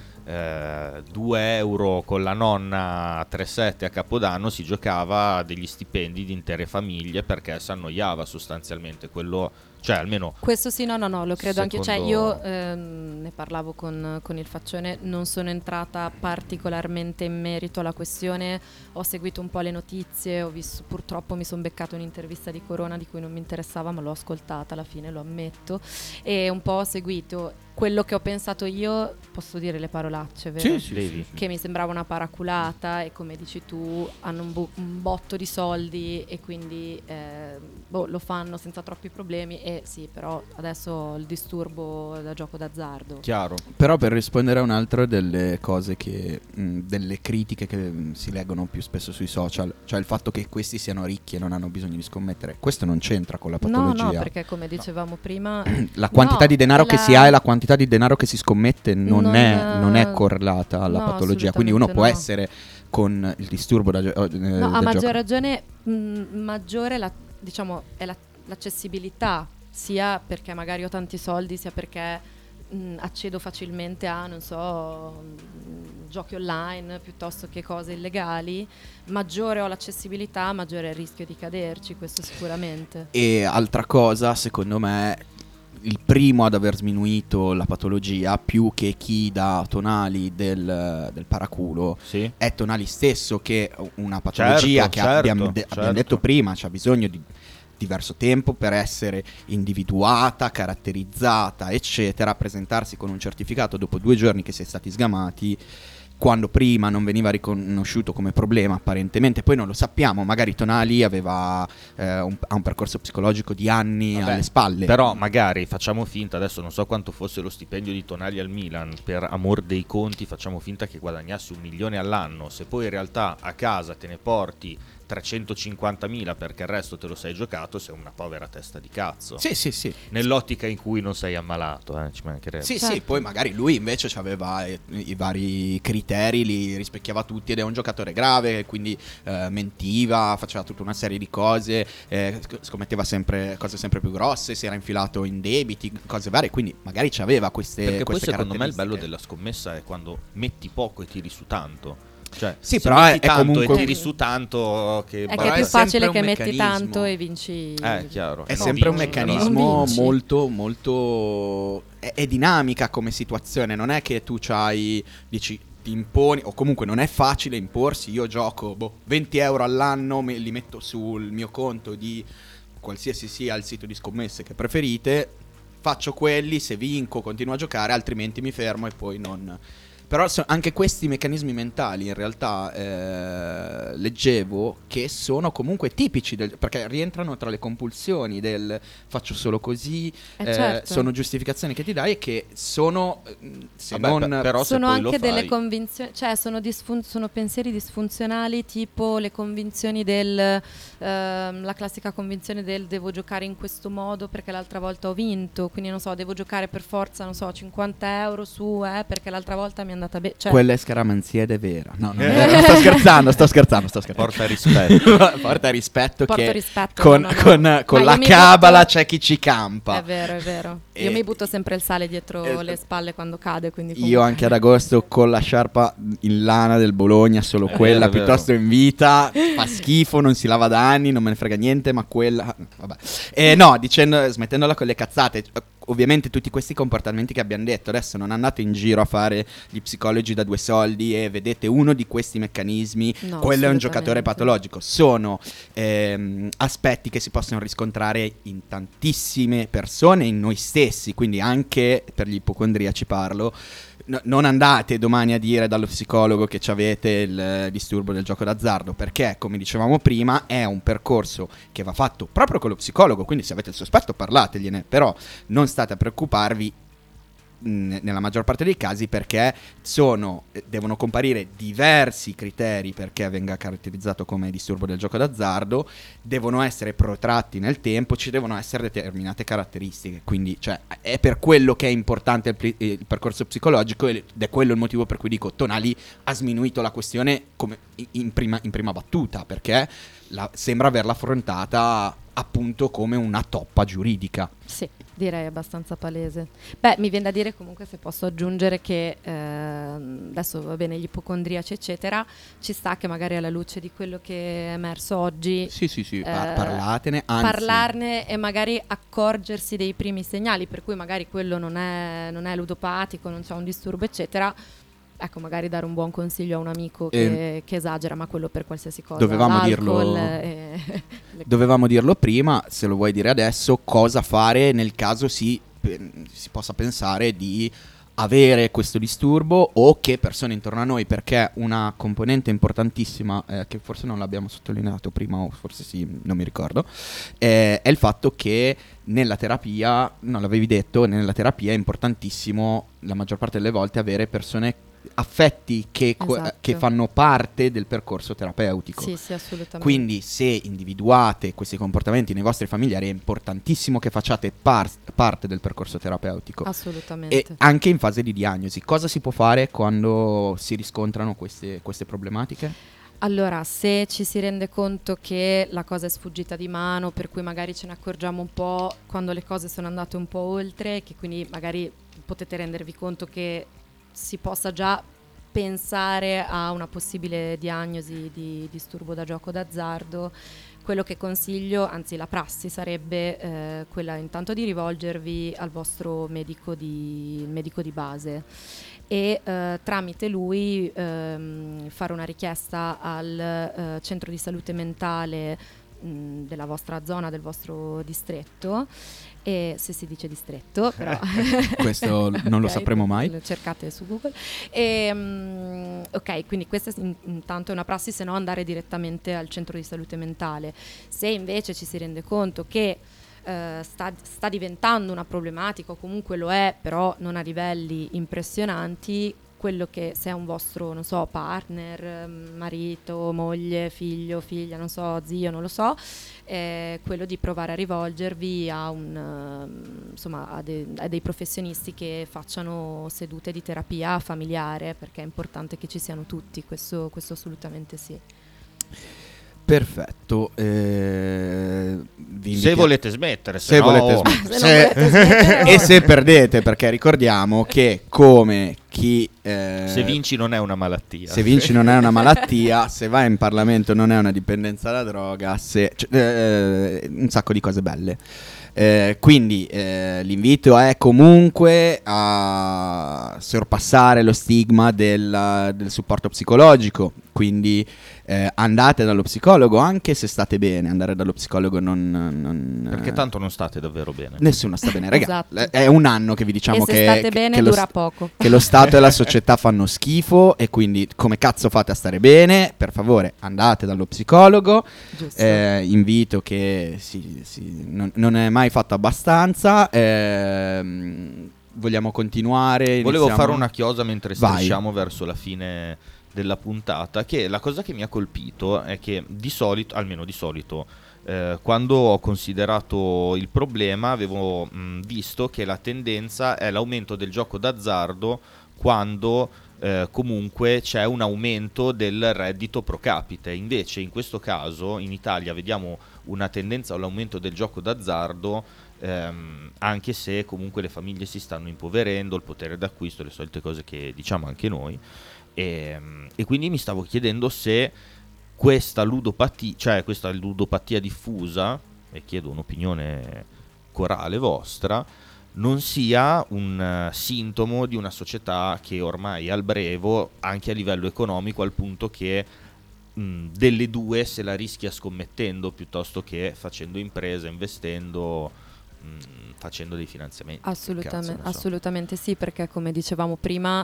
eh, due euro con la nonna a tre sette a Capodanno si giocava degli stipendi di intere famiglie perché si annoiava sostanzialmente. Quello, cioè almeno questo sì, no no no lo credo anche io, cioè secondo... io ehm, ne parlavo con, con il Faccione, non sono entrata particolarmente in merito alla questione, ho seguito un po' le notizie, ho visto, purtroppo mi sono beccato un'intervista di Corona di cui non mi interessava, ma l'ho ascoltata alla fine, lo ammetto, e un po' ho seguito. Quello che ho pensato io, posso dire le parolacce, vero? Sì, sì, sì, sì. Che mi sembrava una paraculata e come dici tu hanno un, bu- un botto di soldi e quindi eh, boh, lo fanno senza troppi problemi. E sì, però adesso ho il disturbo da gioco d'azzardo. Chiaro. Però per rispondere a un'altra delle cose che mh, delle critiche che mh, si leggono più spesso sui social, cioè il fatto che questi siano ricchi e non hanno bisogno di scommettere, questo non c'entra con la patologia. No, no, perché come dicevamo no. prima la quantità no, di denaro la... che si ha e la quantità di denaro che si scommette non, non è, non è correlata alla no, patologia, quindi uno può no. essere con il disturbo da, eh, no, a maggior gioco. ragione mh, maggiore la, diciamo è la, l'accessibilità, sia perché magari ho tanti soldi, sia perché mh, accedo facilmente a non so mh, giochi online piuttosto che cose illegali. Maggiore ho l'accessibilità, maggiore è il rischio di caderci, questo sicuramente. E altra cosa, secondo me, il primo ad aver sminuito la patologia più che chi dà Tonali del, del paraculo, sì, è Tonali stesso, che una patologia certo, che certo, abbiamo, de- certo. abbiamo detto prima c'ha bisogno di diverso tempo per essere individuata, caratterizzata, eccetera, presentarsi con un certificato dopo due giorni che si è stati sgamati, quando prima non veniva riconosciuto come problema apparentemente. Poi non lo sappiamo, magari Tonali aveva eh, un, ha un percorso psicologico di anni Vabbè, alle spalle. Però magari facciamo finta, adesso non so quanto fosse lo stipendio di Tonali al Milan, per amor dei conti facciamo finta che guadagnasse un milione all'anno, se poi in realtà a casa te ne porti trecentocinquantamila perché il resto te lo sei giocato, sei una povera testa di cazzo. Sì, sì, sì. Nell'ottica in cui non sei ammalato, eh, ci mancherebbe. Sì, certo. sì, poi magari lui invece aveva i, i vari criteri, li rispecchiava tutti ed è un giocatore grave, quindi eh, mentiva, faceva tutta una serie di cose, eh, scommetteva sempre cose sempre più grosse, si era infilato in debiti, cose varie, quindi magari c'aveva queste Perché queste poi secondo me il bello caratteristiche. della scommessa è quando metti poco e tiri su tanto. Cioè, sì, se però metti è, tanto è comunque e tiri su tanto che è però che è più è facile che un metti meccanismo. tanto e vinci. Eh, chiaro. È No, sempre un vinci, meccanismo non vinci. molto molto è, è dinamica come situazione, non è che tu c'hai dici ti imponi, o comunque non è facile imporsi. Io gioco boh, venti euro all'anno, me li metto sul mio conto di qualsiasi sia il sito di scommesse che preferite, faccio quelli, se vinco continuo a giocare, altrimenti mi fermo e poi non Però so, anche questi meccanismi mentali in realtà eh, leggevo che sono comunque tipici del, perché rientrano tra le compulsioni del faccio solo così, eh eh, certo. sono giustificazioni che ti dai e che sono se Vabbè, non però sono se poi anche lo delle fai... convinzioni, cioè sono, disfun- sono pensieri disfunzionali, tipo le convinzioni del ehm, la classica convinzione del devo giocare in questo modo perché l'altra volta ho vinto, quindi non so, devo giocare per forza, non so, cinquanta euro su eh, perché l'altra volta mi è andata bene, cioè, quella è scaramanzia ed è vera. No, non è vera. sto scherzando, sto scherzando, sto scherzando. Porta rispetto. Porta rispetto Porto che rispetto, con, no, no, no. con, con Ma la io mi cabala butto- c'è chi ci campa. è vero, è vero. E- Io mi butto sempre il sale dietro Eh, le spalle quando cade, quindi Io comunque- anche ad agosto con la sciarpa in lana del Bologna, solo È quella vero, è piuttosto in vita, fa schifo, non si lava da anni, non me ne frega niente, ma quella vabbè. Eh, no, dicendo, smettendola con le cazzate, ovviamente tutti questi comportamenti che abbiamo detto, adesso non andate in giro a fare gli psicologi da due soldi e vedete uno di questi meccanismi, No, quello è un assolutamente. giocatore patologico, sono ehm, aspetti che si possono riscontrare in tantissime persone, in noi stessi, quindi anche per gli ipocondriaci parlo. No, non andate domani a dire dallo psicologo che ci avete il eh, disturbo del gioco d'azzardo, perché come dicevamo prima è un percorso che va fatto proprio con lo psicologo, quindi se avete il sospetto parlategliene, però non state a preoccuparvi mh, nella maggior parte dei casi, perché sono eh, devono comparire diversi criteri perché venga caratterizzato come disturbo del gioco d'azzardo, devono essere protratti nel tempo, ci devono essere determinate caratteristiche, quindi cioè, è per quello che è importante il, pli- il percorso psicologico ed è quello il motivo per cui dico Tonali ha sminuito la questione come in prima, in prima battuta, perché la, sembra averla affrontata appunto come una toppa giuridica. Sì, direi abbastanza palese. Beh, mi viene da dire comunque, se posso aggiungere, che ehm, adesso va bene gli ipocondriaci eccetera, ci sta che magari alla luce di quello che è emerso oggi Sì, sì, sì, par- eh, parlatene, anzi parlarne e magari accorgersi dei primi segnali, per cui magari quello non è, non è ludopatico, non c'è un disturbo eccetera. Ecco, magari dare un buon consiglio a un amico che, Eh, che esagera, ma quello per qualsiasi cosa. dovevamo l'alcol dirlo- e- le- Dovevamo dirlo prima, se lo vuoi dire adesso, cosa fare nel caso si, pe- si possa pensare di avere questo disturbo o che persone intorno a noi, perché una componente importantissima, eh, che forse non l'abbiamo sottolineato prima o forse sì, non mi ricordo, eh, è il fatto che nella terapia, non l'avevi detto, nella terapia è importantissimo la maggior parte delle volte avere persone affetti che, co- Esatto. che fanno parte del percorso terapeutico. Sì, sì, assolutamente. Quindi se individuate questi comportamenti nei vostri familiari è importantissimo che facciate par- parte del percorso terapeutico. Assolutamente. E anche in fase di diagnosi. Cosa si può fare quando si riscontrano queste, queste problematiche? Allora, se ci si rende conto che la cosa è sfuggita di mano, per cui magari ce ne accorgiamo un po' quando le cose sono andate un po' oltre, che quindi magari potete rendervi conto che si possa già pensare a una possibile diagnosi di disturbo da gioco d'azzardo, quello che consiglio, anzi la prassi sarebbe eh, quella intanto di rivolgervi al vostro medico di, medico di base e eh, tramite lui ehm, fare una richiesta al eh, centro di salute mentale mh, della vostra zona, del vostro distretto, e se si dice distretto però Questo non lo Ok, sapremo mai. lo cercate su Google. E, mm, ok, quindi questa in- intanto è una prassi, se no andare direttamente al centro di salute mentale. Se invece ci si rende conto che eh, sta, sta diventando una problematica, o comunque lo è, però non a livelli impressionanti, quello che, se è un vostro, non so, partner, marito, moglie, figlio, figlia, non so, zio, non lo so, è quello di provare a rivolgervi a un um, insomma a, de- a dei professionisti che facciano sedute di terapia familiare, perché è importante che ci siano tutti, questo, questo assolutamente sì. Perfetto. eh, vi Se invitiamo- volete smettere, se se no- volete Se smettere. non Se- volete smettere, e se perdete, perché ricordiamo che come chi eh, se vinci non è una malattia. se vinci non è una malattia, se vai in Parlamento non è una dipendenza da droga, se, cioè, eh, un sacco di cose belle. Eh, quindi eh, l'invito è comunque a sorpassare lo stigma del, del supporto psicologico, quindi eh, andate dallo psicologo anche se state bene. Andare dallo psicologo non, non Perché tanto non state davvero bene. nessuno sta bene, ragazzi. Esatto. È un anno che vi diciamo e se che, state che- bene che lo dura st- poco. che lo Stato e la società società fanno schifo e quindi come cazzo fate a stare bene? Per favore andate dallo psicologo, eh, invito che si, si, non, non è mai fatto abbastanza, eh, vogliamo continuare. Volevo iniziamo... fare una chiosa mentre strisciamo verso la fine della puntata, che la cosa che mi ha colpito è che di solito, almeno di solito, eh, quando ho considerato il problema avevo mh, visto che la tendenza è l'aumento del gioco d'azzardo quando eh, comunque c'è un aumento del reddito pro capite. Invece in questo caso in Italia vediamo una tendenza all'aumento del gioco d'azzardo, ehm, anche se comunque le famiglie si stanno impoverendo, il potere d'acquisto, le solite cose che diciamo anche noi. E, e quindi mi stavo chiedendo se questa ludopatia, cioè questa ludopatia diffusa, e chiedo un'opinione corale vostra, non sia un uh, sintomo di una società che ormai è al brevo anche a livello economico, al punto che mh, delle due se la rischia scommettendo piuttosto che facendo impresa, investendo, mh, facendo dei finanziamenti. Assolutamente, Cazzo, so. assolutamente sì, perché come dicevamo prima,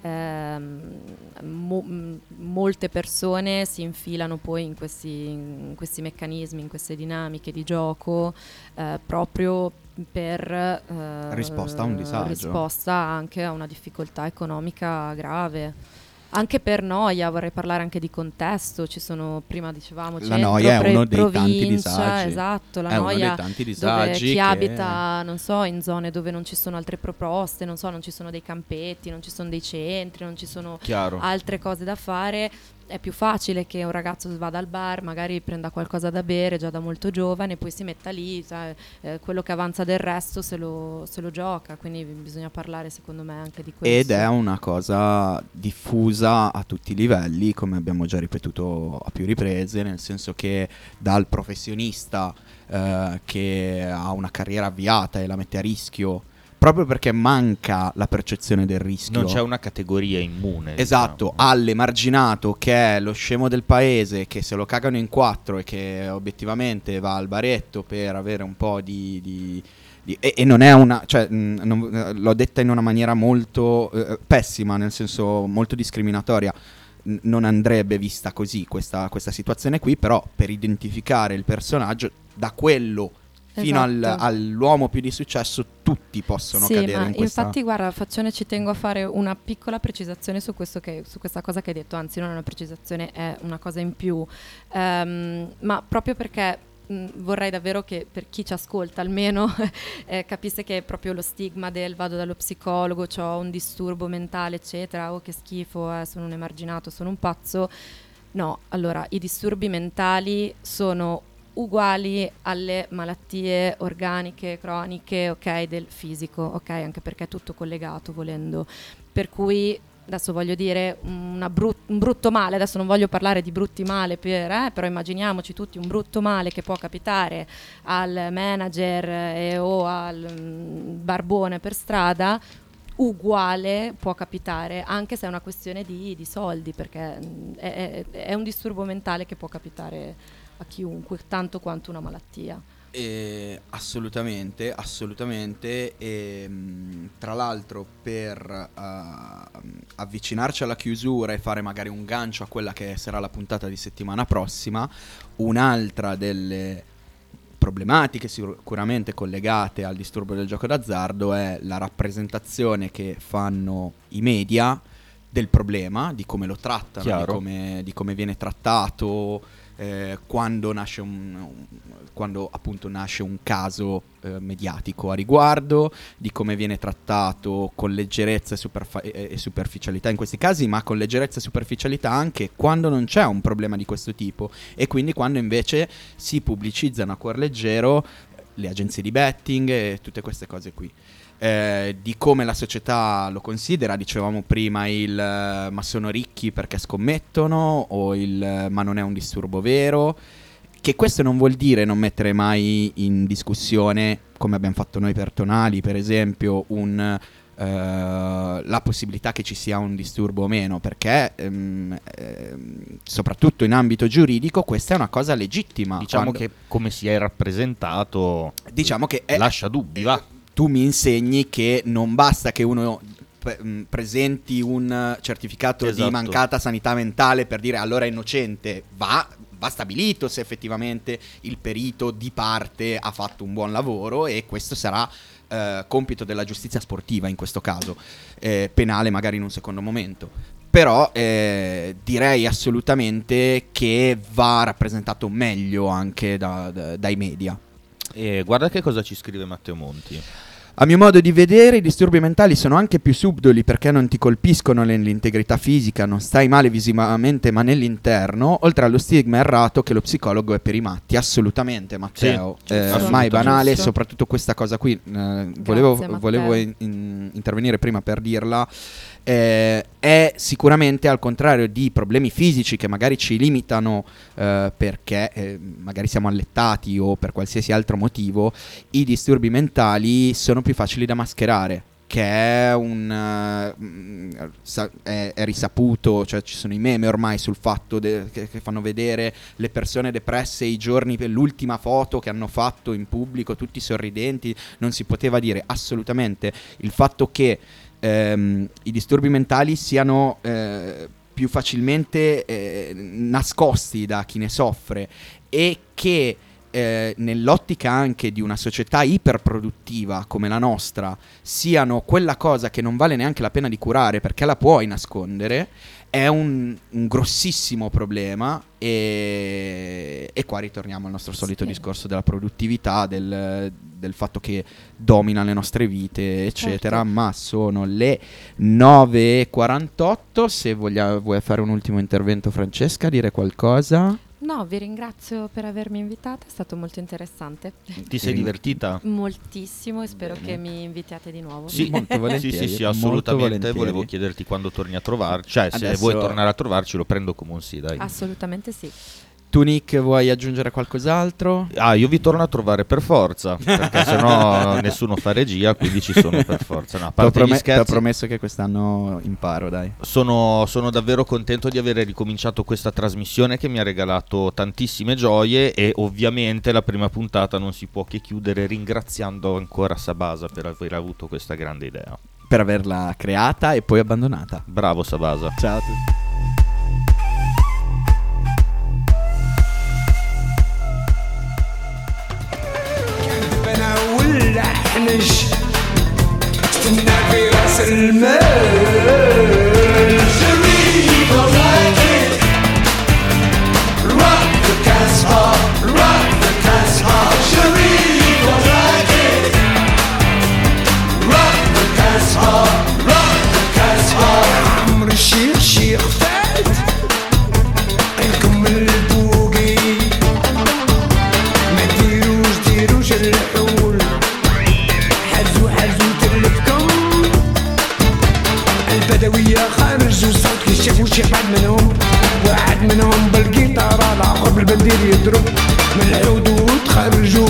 ehm, mo- molte persone si infilano poi in questi, in questi meccanismi, in queste dinamiche di gioco, eh, proprio per eh, risposta a un disagio, risposta anche a una difficoltà economica grave. Anche per noia, vorrei parlare anche di contesto, ci sono, prima dicevamo, la centro, noia pre- è uno dei provincia, tanti disagi, esatto, la è noia uno dei tanti disagi dove chi che... abita, non so, in zone dove non ci sono altre proposte, non so, non ci sono dei campetti, non ci sono dei centri, non ci sono Chiaro. altre cose da fare. È più facile che un ragazzo vada al bar, magari prenda qualcosa da bere già da molto giovane, poi si metta lì, sai, eh, quello che avanza del resto se lo, se lo gioca, quindi bisogna parlare secondo me anche di questo. Ed è una cosa diffusa a tutti i livelli, come abbiamo già ripetuto a più riprese, nel senso che dal professionista eh, che ha una carriera avviata e la mette a rischio, proprio perché manca la percezione del rischio. Non c'è una categoria immune. Esatto, diciamo. All'emarginato che è lo scemo del paese, che se lo cagano in quattro e che obiettivamente va al baretto per avere un po' di... di, di e, e non è una... cioè mh, non, l'ho detta in una maniera molto eh, pessima, nel senso molto discriminatoria. N- non andrebbe vista così questa, questa situazione qui, però per identificare il personaggio, da quello fino al, Esatto. all'uomo più di successo, tutti possono sì, cadere ma in questa... infatti guarda, Faccione, ci tengo a fare una piccola precisazione su questo che, su questa cosa che hai detto, anzi non è una precisazione, è una cosa in più, um, ma proprio perché mh, vorrei davvero che per chi ci ascolta almeno eh, capisse che proprio lo stigma del vado dallo psicologo, ho un disturbo mentale eccetera, oh che schifo, eh, sono un emarginato, sono un pazzo. No, allora i disturbi mentali sono uguali alle malattie organiche, croniche, ok, del fisico, ok, anche perché è tutto collegato volendo. Per cui adesso voglio dire una brut- un brutto male, adesso non voglio parlare di brutti male, per, eh, però immaginiamoci tutti un brutto male che può capitare al manager eh, o al mm, barbone per strada, uguale può capitare, anche se è una questione di, di soldi, perché mh, è, è, è un disturbo mentale che può capitare a chiunque, tanto quanto una malattia. Eh, assolutamente, assolutamente. E, mh, tra l'altro, per uh, avvicinarci alla chiusura e fare magari un gancio a quella che sarà la puntata di settimana prossima, un'altra delle problematiche sicuramente collegate al disturbo del gioco d'azzardo è la rappresentazione che fanno i media del problema, di come lo trattano, di come, di come viene trattato. Eh, quando nasce un, un quando appunto nasce un caso eh, mediatico a riguardo, di come viene trattato con leggerezza e, superfa- e, e superficialità in questi casi, ma con leggerezza e superficialità anche quando non c'è un problema di questo tipo, e quindi quando invece si pubblicizzano a cuor leggero le agenzie di betting e tutte queste cose qui. Eh, di come la società lo considera, dicevamo prima il uh, ma sono ricchi perché scommettono, o il uh, ma non è un disturbo vero, che questo non vuol dire non mettere mai in discussione, come abbiamo fatto noi per Tonali per esempio, un uh, la possibilità che ci sia un disturbo o meno, perché um, eh, soprattutto in ambito giuridico questa è una cosa legittima. Diciamo quando... che come si è rappresentato, diciamo che è... lascia dubbi, va. Tu mi insegni che non basta che uno p- mh, presenti un certificato Esatto. di mancata sanità mentale per dire allora è innocente, va, va stabilito se effettivamente il perito di parte ha fatto un buon lavoro, e questo sarà eh, compito della giustizia sportiva in questo caso, eh, penale magari in un secondo momento. Però eh, direi assolutamente che va rappresentato meglio anche da, da, dai media. E guarda che cosa ci scrive Matteo Monti. A mio modo di vedere, i disturbi mentali sono anche più subdoli perché non ti colpiscono nell'integrità fisica, non stai male visivamente ma nell'interno, oltre allo stigma errato che lo psicologo è per i matti. Assolutamente, Matteo. Sì, eh, ormai banale, soprattutto questa cosa qui. Eh, volevo volevo in, in, intervenire prima per dirla. Eh, è sicuramente, al contrario di problemi fisici che magari ci limitano eh, perché eh, magari siamo allettati o per qualsiasi altro motivo, i disturbi mentali sono più facili da mascherare, che è un uh, sa- è, è risaputo, cioè ci sono i meme ormai sul fatto de- che, che fanno vedere le persone depresse i giorni per l'ultima foto che hanno fatto in pubblico, tutti sorridenti. Non si poteva dire assolutamente il fatto che ehm, i disturbi mentali siano eh, più facilmente eh, nascosti da chi ne soffre, e che Eh, nell'ottica anche di una società iperproduttiva come la nostra siano quella cosa che non vale neanche la pena di curare perché la puoi nascondere, è un, un grossissimo problema. E, e qua ritorniamo al nostro solito sì. discorso della produttività, del, del fatto che domina le nostre vite eccetera. Certo. Ma sono le nove e quarantotto. Se voglia, vuoi fare un ultimo intervento, Francesca, dire qualcosa? No, vi ringrazio per avermi invitata, è stato molto interessante. Ti sei divertita? Moltissimo, e spero Bene. che mi invitiate di nuovo. Sì, molto volentieri. Sì, sì, sì, molto assolutamente. volentieri. Volevo chiederti quando torni a trovarci, cioè se Adesso... vuoi tornare a trovarci lo prendo come un sì, dai. Assolutamente sì. Tu, Nick, vuoi aggiungere qualcos'altro? Ah, io vi torno a trovare per forza, perché sennò nessuno fa regia, quindi ci sono per forza. No, a parte T'ho gli scherzi, t'ho promesso che quest'anno imparo, dai. Sono, sono davvero contento di aver ricominciato questa trasmissione che mi ha regalato tantissime gioie, e ovviamente la prima puntata non si può che chiudere ringraziando ancora Sabasa per aver avuto questa grande idea. Per averla creata e poi abbandonata. Bravo Sabasa. Ciao a tutti. والأحنش استنى في راس المال شريك راكد rock the dance hall rock the dance hall شريك راكد rock the dance hall rock the dance hall عمرو الشيخ شيخ فات عليكم البوقي ما ديروش ديروش الحول حزو حزو تلفكم البدوية خرجوا صوت كي شافوا شي حد منهم واحد منهم بالقيطارة الآخر بالبندير يضرب من الحدود خرجوا